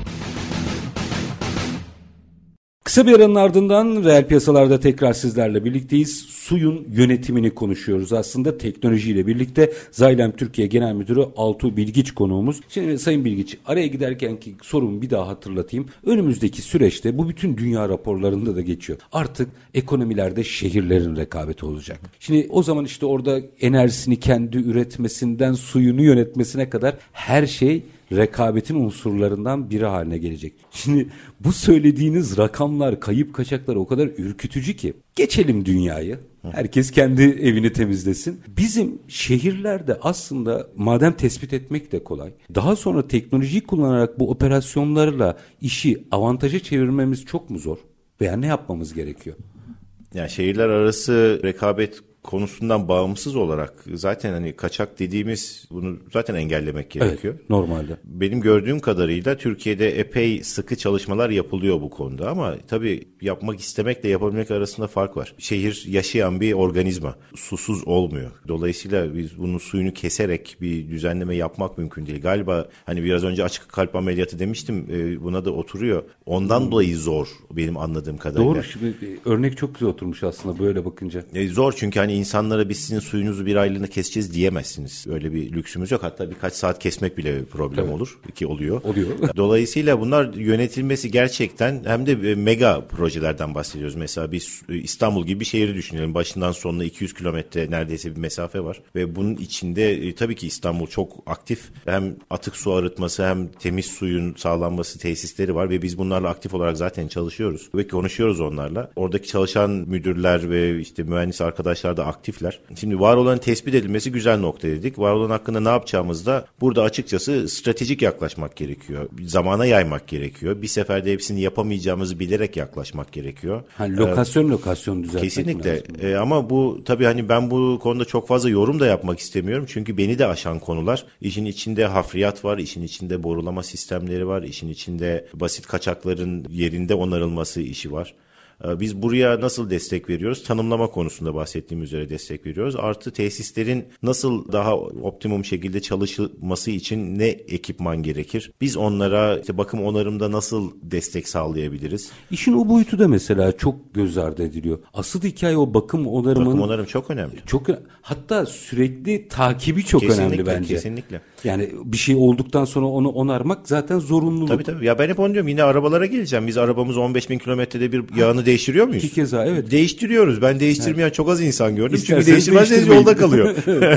Kısa bir aranın ardından reel piyasalarda tekrar sizlerle birlikteyiz. Suyun yönetimini konuşuyoruz aslında teknolojiyle birlikte. Xylem Türkiye Genel Müdürü Altuğ Bilgiç konuğumuz. Şimdi Sayın Bilgiç, araya giderkenki sorumu bir daha hatırlatayım. Önümüzdeki süreçte bu bütün dünya raporlarında da geçiyor. Artık ekonomilerde şehirlerin rekabeti olacak. Şimdi o zaman işte orada enerjisini kendi üretmesinden suyunu yönetmesine kadar her şey rekabetin unsurlarından biri haline gelecek. Şimdi bu söylediğiniz rakamlar, kayıp kaçaklar o kadar ürkütücü ki. Geçelim dünyayı. Herkes kendi evini temizlesin. Bizim şehirlerde aslında madem tespit etmek de kolay. Daha sonra teknolojiyi kullanarak bu operasyonlarla işi avantaja çevirmemiz çok mu zor? Veya ne yapmamız gerekiyor? Yani şehirler arası rekabet konusundan bağımsız olarak zaten hani kaçak dediğimiz bunu zaten engellemek gerekiyor. Evet, normalde. Benim gördüğüm kadarıyla Türkiye'de epey sıkı çalışmalar yapılıyor bu konuda ama tabii yapmak istemekle yapabilmek arasında fark var. Şehir yaşayan bir organizma. Susuz olmuyor. Dolayısıyla biz bunun suyunu keserek bir düzenleme yapmak mümkün değil. Galiba hani biraz önce açık kalp ameliyatı demiştim, buna da oturuyor. Ondan hmm. dolayı zor benim anladığım kadarıyla. Doğru. Şimdi örnek çok güzel oturmuş aslında böyle bakınca. E, zor çünkü hani insanlara biz sizin suyunuzu bir aylığına keseceğiz diyemezsiniz. Öyle bir lüksümüz yok. Hatta birkaç saat kesmek bile bir problem evet. olur. Ki oluyor. Oluyor. Dolayısıyla bunlar yönetilmesi gerçekten hem de mega projelerden bahsediyoruz. Mesela biz İstanbul gibi bir şehri düşünelim. Başından sonuna iki yüz kilometre neredeyse bir mesafe var. Ve bunun içinde e, tabii ki İstanbul çok aktif. Hem atık su arıtması hem temiz suyun sağlanması tesisleri var ve biz bunlarla aktif olarak zaten çalışıyoruz. Ve konuşuyoruz onlarla. Oradaki çalışan müdürler ve işte mühendis arkadaşlar da aktifler. Şimdi var olanın tespit edilmesi güzel nokta dedik. Var olan hakkında ne yapacağımızda burada açıkçası stratejik yaklaşmak gerekiyor. Zamana yaymak gerekiyor. Bir seferde hepsini yapamayacağımızı bilerek yaklaşmak gerekiyor. Ha, lokasyon ee, lokasyon düzeltmek kesinlikle. Ee, ama bu tabii hani ben bu konuda çok fazla yorum da yapmak istemiyorum. Çünkü beni de aşan konular. İşin içinde hafriyat var, işin içinde borulama sistemleri var, işin içinde basit kaçakların yerinde onarılması işi var. Biz buraya nasıl destek veriyoruz? Tanımlama konusunda bahsettiğim üzere destek veriyoruz. Artı tesislerin nasıl daha optimum şekilde çalışılması için ne ekipman gerekir? Biz onlara işte bakım onarımda nasıl destek sağlayabiliriz? İşin o boyutu da mesela çok göz ardı ediliyor. Asıl hikaye o bakım onarımın. Bakım onarım çok önemli. Çok hatta sürekli takibi çok kesinlikle, önemli bence. Kesinlikle. Yani bir şey olduktan sonra onu onarmak zaten zorunluluk. Tabii tabii. Ya ben hep onu diyorum. Yine arabalara geleceğim. Biz arabamız on beş bin kilometrede bir yağını değiştiriyor muyuz? İki kez daha evet. Değiştiriyoruz. Ben değiştirmeyen evet. çok az insan gördüm. İsterseniz çünkü değiştirmezseniz yolda kalıyor.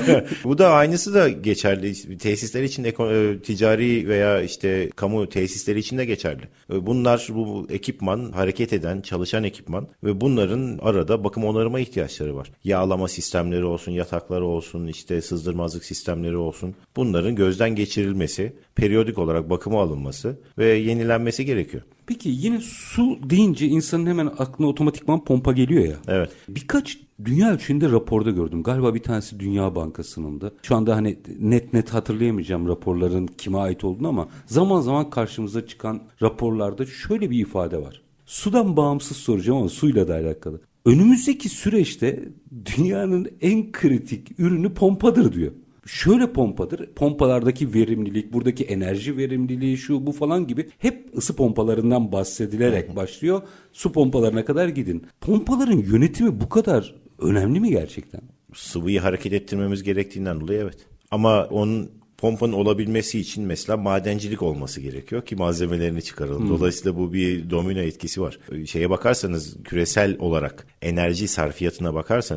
Bu da aynısı da geçerli. Tesisler için eko- ticari veya işte kamu tesisleri için de geçerli. Bunlar bu ekipman, hareket eden, çalışan ekipman ve bunların arada bakım onarıma ihtiyaçları var. Yağlama sistemleri olsun, yatakları olsun, işte sızdırmazlık sistemleri olsun. Bunların gözden geçirilmesi, periyodik olarak bakıma alınması ve yenilenmesi gerekiyor. Peki yine su deyince insanın hemen aklına otomatikman pompa geliyor ya. Evet. Birkaç dünya ölçeğinde raporda gördüm. Galiba bir tanesi Dünya Bankası'nın da. Şu anda hani net net hatırlayamayacağım raporların kime ait olduğunu ama zaman zaman karşımıza çıkan raporlarda şöyle bir ifade var. Sudan bağımsız soracağım ama suyla da alakalı. Önümüzdeki süreçte dünyanın en kritik ürünü pompadır diyor. Şöyle pompadır, pompalardaki verimlilik, buradaki enerji verimliliği, şu bu falan gibi hep ısı pompalarından bahsedilerek başlıyor. Su pompalarına kadar gidin. Pompaların yönetimi bu kadar önemli mi gerçekten? Sıvıyı hareket ettirmemiz gerektiğinden dolayı evet. Ama onun pompanın olabilmesi için mesela madencilik olması gerekiyor ki malzemelerini çıkaralım. Hmm. Dolayısıyla bu bir domino etkisi var. Şeye bakarsanız küresel olarak enerji sarfiyatına bakarsanız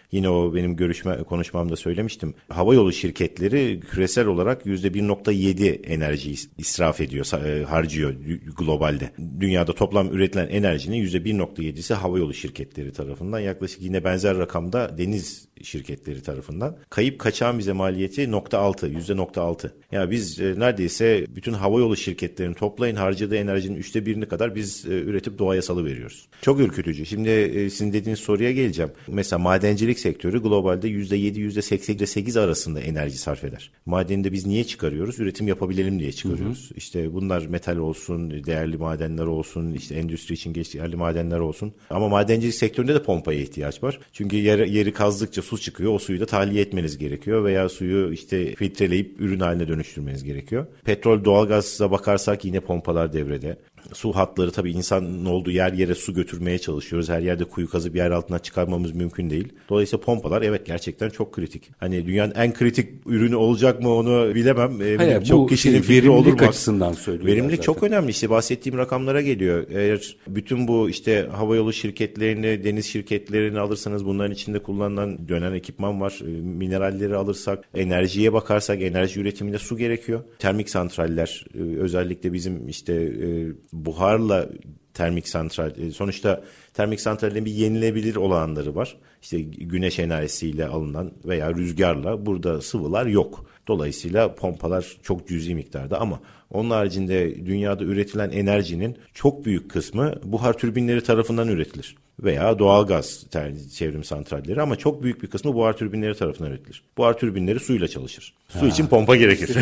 Yine o benim görüşme konuşmamda söylemiştim. Havayolu şirketleri küresel olarak yüzde bir nokta yedi enerji israf ediyor, harcıyor globalde. Dünyada toplam üretilen enerjinin yüzde bir nokta yedisi havayolu şirketleri tarafından, yaklaşık yine benzer rakamda deniz şirketleri tarafından. Kayıp kaçağın bize maliyeti nokta altı, yüzde nokta altı. Yani biz e, neredeyse bütün havayolu şirketlerini toplayın, harcadığı enerjinin üçte birini kadar biz e, üretip doğaya salıveriyoruz. Çok ürkütücü. Şimdi e, sizin dediğiniz soruya geleceğim. Mesela madencilik sektörü globalde yüzde yedi, yüzde seksen sekiz arasında enerji sarf eder. Madeni de biz niye çıkarıyoruz? Üretim yapabilelim diye çıkarıyoruz. Hı hı. İşte bunlar metal olsun, değerli madenler olsun, işte endüstri için geçerli madenler olsun. Ama madencilik sektöründe de pompaya ihtiyaç var. Çünkü yer, yeri kazdıkça su çıkıyor. O suyu da tahliye etmeniz gerekiyor veya suyu işte filtreleyip ürün haline dönüştürmeniz gerekiyor. Petrol, doğalgaza bakarsak yine pompalar devrede. Su hatları, tabii insanın olduğu yer yere su götürmeye çalışıyoruz. Her yerde kuyu kazıp yer altına çıkarmamız mümkün değil. Dolayısıyla pompalar evet gerçekten çok kritik. Hani dünyanın en kritik ürünü olacak mı onu bilemem. Hayır, çok kişinin şey, fikri olur mu? Verimlilik açısından söylüyorlar. Verimlilik çok önemli. İşte bahsettiğim rakamlara geliyor. Eğer bütün bu işte havayolu şirketlerini, deniz şirketlerini alırsanız bunların içinde kullanılan dönen ekipman var. Mineralleri alırsak, enerjiye bakarsak enerji üretiminde su gerekiyor. Termik santraller, özellikle bizim işte buharla termik santral, sonuçta termik santrallerin bir yenilebilir olanları var. İşte güneş enerjisiyle alınan veya rüzgarla, burada sıvılar yok. Dolayısıyla pompalar çok cüzi miktarda, ama onun haricinde dünyada üretilen enerjinin çok büyük kısmı buhar türbinleri tarafından üretilir. Veya doğalgaz çevrim santralleri, ama çok büyük bir kısmı buhar türbinleri tarafından üretilir. Buhar türbinleri suyla çalışır. Su ha. için pompa gerekir.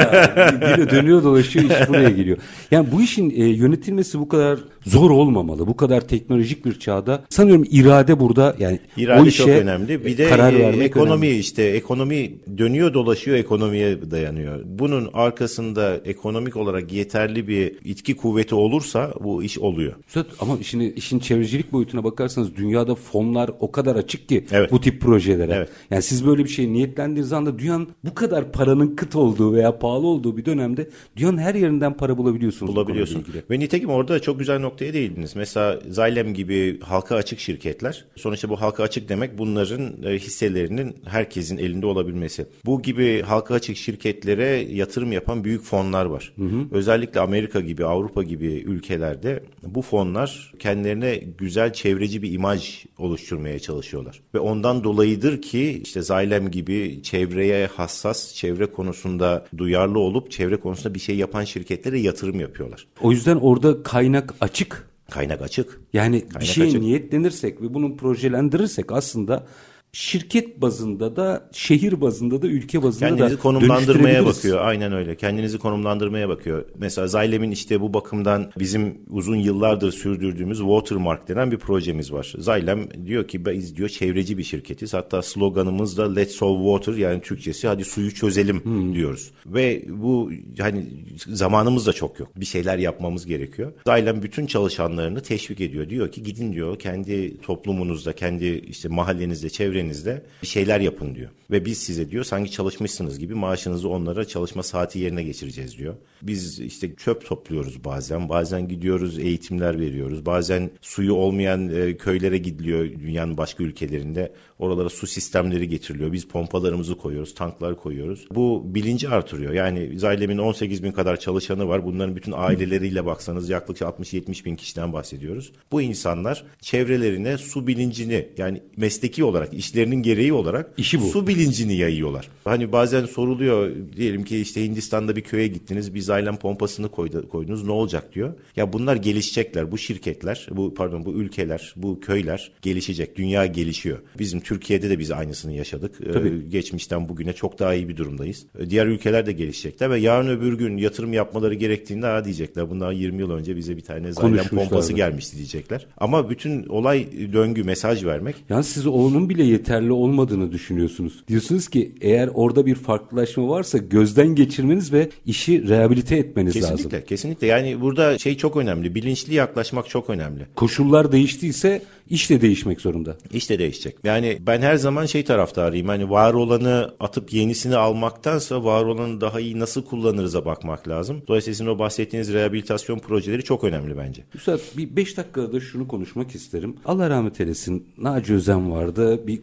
Ya, dönüyor dolaşıyor, iş buraya geliyor. Yani bu işin e, yönetilmesi bu kadar zor olmamalı. Bu kadar teknolojik bir çağda sanıyorum irade burada, yani irade o işe çok önemli. Bir de karar e, vermek ekonomi önemli. işte ekonomi dönüyor dolaşıyor, ekonomiye dayanıyor. Bunun arkasında ekonomik olarak yeterli bir itki kuvveti olursa bu iş oluyor. Ama işin, işin çevrecilik boyutuna bakarsanız dünyada fonlar o kadar açık ki evet. bu tip projelere. Evet. Yani siz böyle bir şey niyetlendiğiniz anda dünyanın bu kadar paranın kıt olduğu veya pahalı olduğu bir dönemde dünyanın her yerinden para bulabiliyorsunuz. Bulabiliyorsun. Ve nitekim orada çok güzel noktaya değindiniz. Mesela Xylem gibi halka açık şirketler, sonuçta bu halka açık demek bunların hisselerinin herkesin elinde olabilmesi. Bu gibi halka açık şirketlere yatırım yapan büyük fonlar var. Hı hı. Özellikle Amerika gibi, Avrupa gibi ülkelerde bu fonlar kendilerine güzel çevreci bir imaj oluşturmaya çalışıyorlar. Ve ondan dolayıdır ki işte Xylem gibi çevreye hassas, çevre konusunda duyarlı olup çevre konusunda bir şey yapan şirketlere yatırım yapıyorlar. O yüzden orada kaynak açık. Kaynak açık. Yani kaynak bir şeye açık. niyetlenirsek ve bunu projelendirirsek aslında şirket bazında da, şehir bazında da, ülke bazında kendinizi da konumlandırmaya bakıyor. Aynen öyle. Kendinizi konumlandırmaya bakıyor. Mesela Xylem'in işte bu bakımdan bizim uzun yıllardır sürdürdüğümüz Watermark denen bir projemiz var. Xylem diyor ki biz diyor çevreci bir şirketiz. Hatta sloganımız da Let's Solve Water, yani Türkçesi hadi suyu çözelim hmm. diyoruz. Ve bu hani zamanımız da çok yok. Bir şeyler yapmamız gerekiyor. Xylem bütün çalışanlarını teşvik ediyor. Diyor ki gidin diyor kendi toplumunuzda, kendi işte mahallenizde, çevrenizde bir şeyler yapın diyor. Ve biz size diyor sanki çalışmışsınız gibi maaşınızı onlara çalışma saati yerine geçireceğiz diyor. Biz işte çöp topluyoruz bazen. Bazen gidiyoruz eğitimler veriyoruz. Bazen suyu olmayan e, köylere gidiliyor dünyanın başka ülkelerinde. Oralara su sistemleri getiriliyor. Biz pompalarımızı koyuyoruz, tanklar koyuyoruz. Bu bilinci artırıyor. Yani Xylem'in on sekiz bin kadar çalışanı var. Bunların bütün aileleriyle baksanız yaklaşık altmış yetmiş bin kişiden bahsediyoruz. Bu insanlar çevrelerine su bilincini, yani mesleki olarak, işlerinin gereği olarak İşi bu. su bilincini yayıyorlar. Hani bazen soruluyor, diyelim ki işte Hindistan'da bir köye gittiniz, bir Xylem pompasını koydu, koydunuz, ne olacak diyor. Ya bunlar gelişecekler. Bu şirketler, bu pardon bu ülkeler, bu köyler gelişecek. Dünya gelişiyor. Bizim Türkiye'de de biz aynısını yaşadık. Ee, geçmişten bugüne çok daha iyi bir durumdayız. Ee, diğer ülkeler de gelişecekler ve yarın öbür gün yatırım yapmaları gerektiğinde ha diyecekler. Bundan yirmi yıl önce bize bir tane Xylem pompası gelmişti diyecekler. Ama bütün olay döngü, mesaj vermek. Yani siz onun bile yeterli olmadığını düşünüyorsunuz. Diyorsunuz ki eğer orada bir farklılaşma varsa gözden geçirmeniz ve işi rehabilite etmeniz kesinlikle, lazım. Kesinlikle, kesinlikle. Yani burada şey çok önemli. Bilinçli yaklaşmak çok önemli. Koşullar değiştiyse iş de değişmek zorunda. İş de değişecek. Yani ben her zaman şey taraftarıyım. Hani var olanı atıp yenisini almaktansa var olanı daha iyi nasıl kullanırıza bakmak lazım. Dolayısıyla sizin o bahsettiğiniz rehabilitasyon projeleri çok önemli bence. Üstad bir beş dakikada şunu konuşmak isterim. Allah rahmet eylesin. Naci Özen vardı. Bir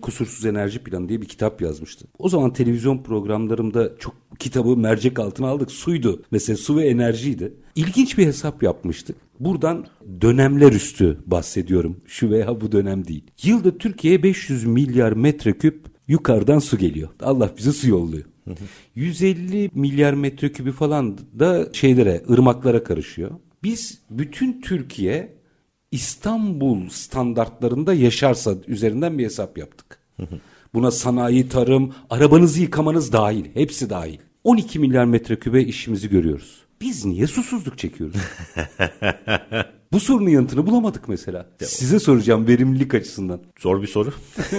Kusursuz Enerji Planı diye bir kitap yazmıştı. O zaman televizyon programlarımda çok kitabı mercek altına aldık. Suydu. Mesela su ve enerjiydi. İlginç bir hesap yapmıştık. Buradan dönemler üstü bahsediyorum. Şu veya bu dönem değil. Yılda Türkiye'ye beş yüz milyar metreküp yukarıdan su geliyor. Allah bize su yolluyor. yüz elli milyar metrekübü falan da şeylere, ırmaklara karışıyor. Biz bütün Türkiye İstanbul standartlarında yaşarsa üzerinden bir hesap yaptık. Buna sanayi, tarım, arabanızı yıkamanız dahil, hepsi dahil. on iki milyar metrekübe işimizi görüyoruz. Biz niye susuzluk çekiyoruz? Bu sorunun yanıtını bulamadık mesela. Size soracağım verimlilik açısından. Zor bir soru.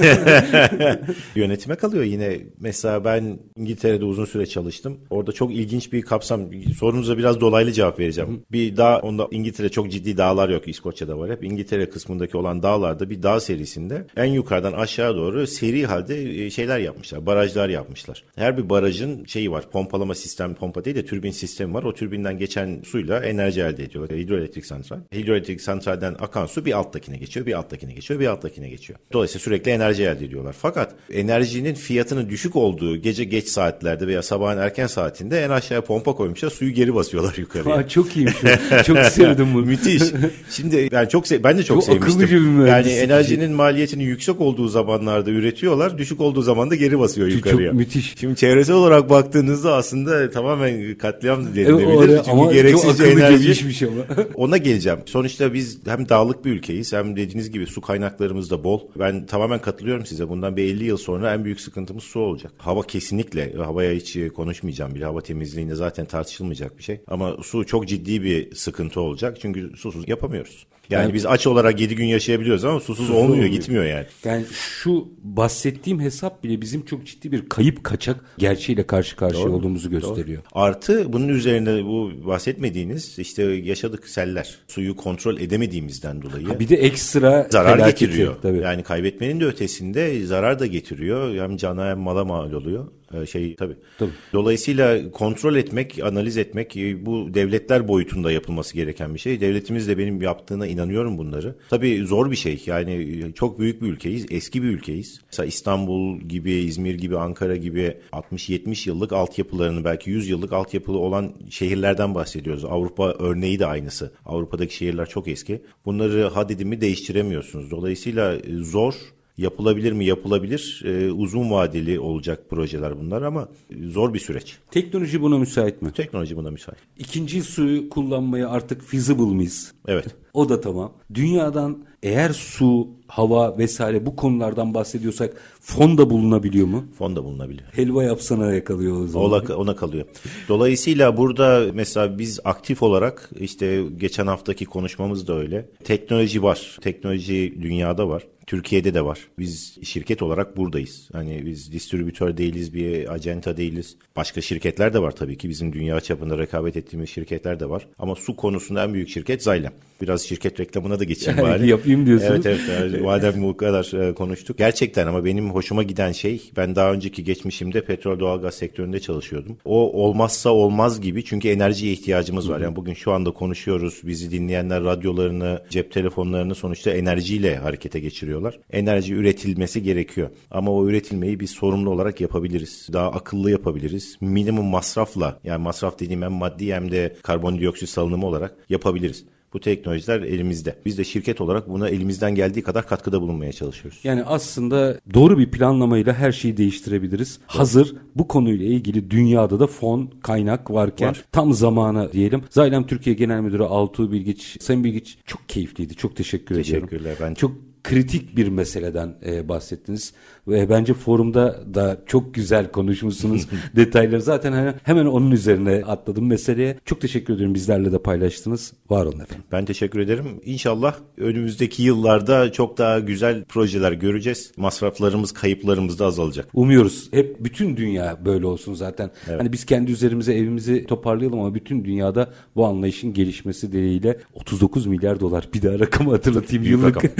Yönetime kalıyor yine. Mesela ben İngiltere'de uzun süre çalıştım. Orada çok ilginç bir kapsam. Sorunuza biraz dolaylı cevap vereceğim. Hı. Bir dağ, onda İngiltere çok ciddi dağlar yok. İskoçya'da var hep. İngiltere kısmındaki olan dağlarda bir dağ serisinde en yukarıdan aşağı doğru seri halde şeyler yapmışlar. Barajlar yapmışlar. Her bir barajın şeyi var. Pompalama sistemi, pompa değil de türbin sistemi var. O türbinden geçen suyla enerji elde ediyorlar. Hidroelektrik santral. Hidroelektrik santralden akan su bir alttakine geçiyor, bir alttakine geçiyor, bir alttakine geçiyor. Dolayısıyla sürekli enerji elde ediyorlar. Fakat enerjinin fiyatının düşük olduğu gece geç saatlerde veya sabahın erken saatinde en aşağıya pompa koymuşlar, suyu geri basıyorlar yukarıya. Aa, çok iyiymiş. Çok sevdim bunu. Müthiş. Şimdi yani çok sev- ben de çok, çok sevmiştim. Yani enerjinin maliyetinin yüksek olduğu zamanlarda üretiyorlar, düşük olduğu zaman da geri basıyor yukarıya. Çok müthiş. Şimdi çevresel olarak baktığınızda aslında tamamen katliam denilebilir. Evet, çünkü gereksizce enerji ama. Ona geleceğim. Sonuçta biz hem dağlık bir ülkeyiz hem dediğiniz gibi su kaynaklarımız da bol. Ben tamamen katılıyorum size. Bundan bir elli yıl sonra en büyük sıkıntımız su olacak. Hava kesinlikle, havaya hiç konuşmayacağım bile. Hava temizliğinde zaten tartışılmayacak bir şey. Ama su çok ciddi bir sıkıntı olacak. Çünkü susuz yapamıyoruz. Yani, yani biz aç olarak yedi gün yaşayabiliyoruz ama susuz, susuz olmuyor, olmuyor, gitmiyor yani. Yani şu bahsettiğim hesap bile bizim çok ciddi bir kayıp kaçak gerçeğiyle karşı karşıya doğru, olduğumuzu gösteriyor. Doğru. Artı bunun üzerine bu bahsetmediğiniz işte yaşadık seller. Suyu kontrol edemediğimizden dolayı. Ha, bir de ekstra zarar felaketi getiriyor. Tabii. Yani kaybetmenin de ötesinde zarar da getiriyor. Hem cana hem mala mal oluyor. Şey tabii. tabii. Dolayısıyla kontrol etmek, analiz etmek bu devletler boyutunda yapılması gereken bir şey. Devletimiz de benim yaptığına inanıyorum bunları. Tabii zor bir şey. Yani çok büyük bir ülkeyiz, eski bir ülkeyiz. Mesela İstanbul gibi, İzmir gibi, Ankara gibi altmış yetmiş yıllık altyapılarını, belki yüz yıllık altyapılı olan şehirlerden bahsediyoruz. Avrupa örneği de aynısı. Avrupa'daki şehirler çok eski. Bunları hadedimi değiştiremiyorsunuz. Dolayısıyla zor. Yapılabilir mi? Yapılabilir. Ee, uzun vadeli olacak projeler bunlar ama zor bir süreç. Teknoloji buna müsait mi? Teknoloji buna müsait. İkinci suyu kullanmaya artık feasible mıyız? Evet. O da tamam. Dünyadan eğer su, hava vesaire bu konulardan bahsediyorsak fonda bulunabiliyor mu? Fonda bulunabiliyor. Helva yapsana yakalıyor o zaman. Ona, ona kalıyor. Dolayısıyla burada mesela biz aktif olarak işte geçen haftaki konuşmamız da öyle. Teknoloji var. Teknoloji dünyada var. Türkiye'de de var. Biz şirket olarak buradayız. Hani biz distribütör değiliz, bir acenta değiliz. Başka şirketler de var tabii ki. Bizim dünya çapında rekabet ettiğimiz şirketler de var. Ama su konusunda en büyük şirket Xylem. Biraz şirket reklamına da geçeyim bari. Yapayım diyorsunuz. Evet evet. Yani madem bu kadar konuştuk. Gerçekten ama benim hoşuma giden şey, ben daha önceki geçmişimde petrol doğalgaz sektöründe çalışıyordum. O olmazsa olmaz gibi, çünkü enerjiye ihtiyacımız var. Yani bugün şu anda konuşuyoruz. Bizi dinleyenler radyolarını, cep telefonlarını sonuçta enerjiyle harekete geçiriyorlar. Enerji üretilmesi gerekiyor. Ama o üretilmeyi biz sorumlu olarak yapabiliriz. Daha akıllı yapabiliriz. Minimum masrafla, yani masraf dediğim hem maddi hem de karbondioksit salınımı olarak yapabiliriz. Bu teknolojiler elimizde. Biz de şirket olarak buna elimizden geldiği kadar katkıda bulunmaya çalışıyoruz. Yani aslında doğru bir planlamayla her şeyi değiştirebiliriz. Evet. Hazır bu konuyla ilgili dünyada da fon, kaynak varken var. Tam zamanı diyelim. Xylem Türkiye Genel Müdürü Altuğ Bilgiç. Sayın Bilgiç, çok keyifliydi. Çok teşekkür ediyorum. Teşekkürler. Ben çok kritik bir meseleden e, bahsettiniz ve bence forumda da çok güzel konuşmuşsunuz detayları. Zaten hemen, hemen onun üzerine atladım meseleye. Çok teşekkür ederim, bizlerle de paylaştınız. Var olun efendim. Ben teşekkür ederim. İnşallah önümüzdeki yıllarda çok daha güzel projeler göreceğiz. Masraflarımız, kayıplarımız da azalacak. Umuyoruz. Hep bütün dünya böyle olsun zaten. Evet. Hani biz kendi üzerimize evimizi toparlayalım ama bütün dünyada bu anlayışın gelişmesi dileğiyle otuz dokuz milyar dolar, bir daha rakamı hatırlatayım, büyük yıllık rakam. büyük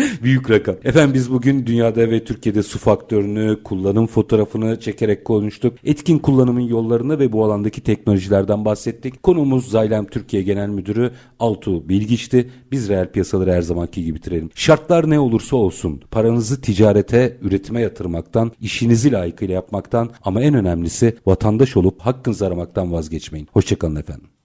büyük rakam. Efendim biz bugün dünyada ve Türkiye'de su faktörünü, kullanım fotoğrafını çekerek konuştuk. Etkin kullanımın yollarını ve bu alandaki teknolojilerden bahsettik. Konuğumuz Xylem Türkiye Genel Müdürü Altuğ Bilgiç'ti. Biz reel piyasaları her zamanki gibi bitirelim. Şartlar ne olursa olsun paranızı ticarete, üretime yatırmaktan, işinizi layıkıyla yapmaktan ama en önemlisi vatandaş olup hakkınızı aramaktan vazgeçmeyin. Hoşçakalın efendim.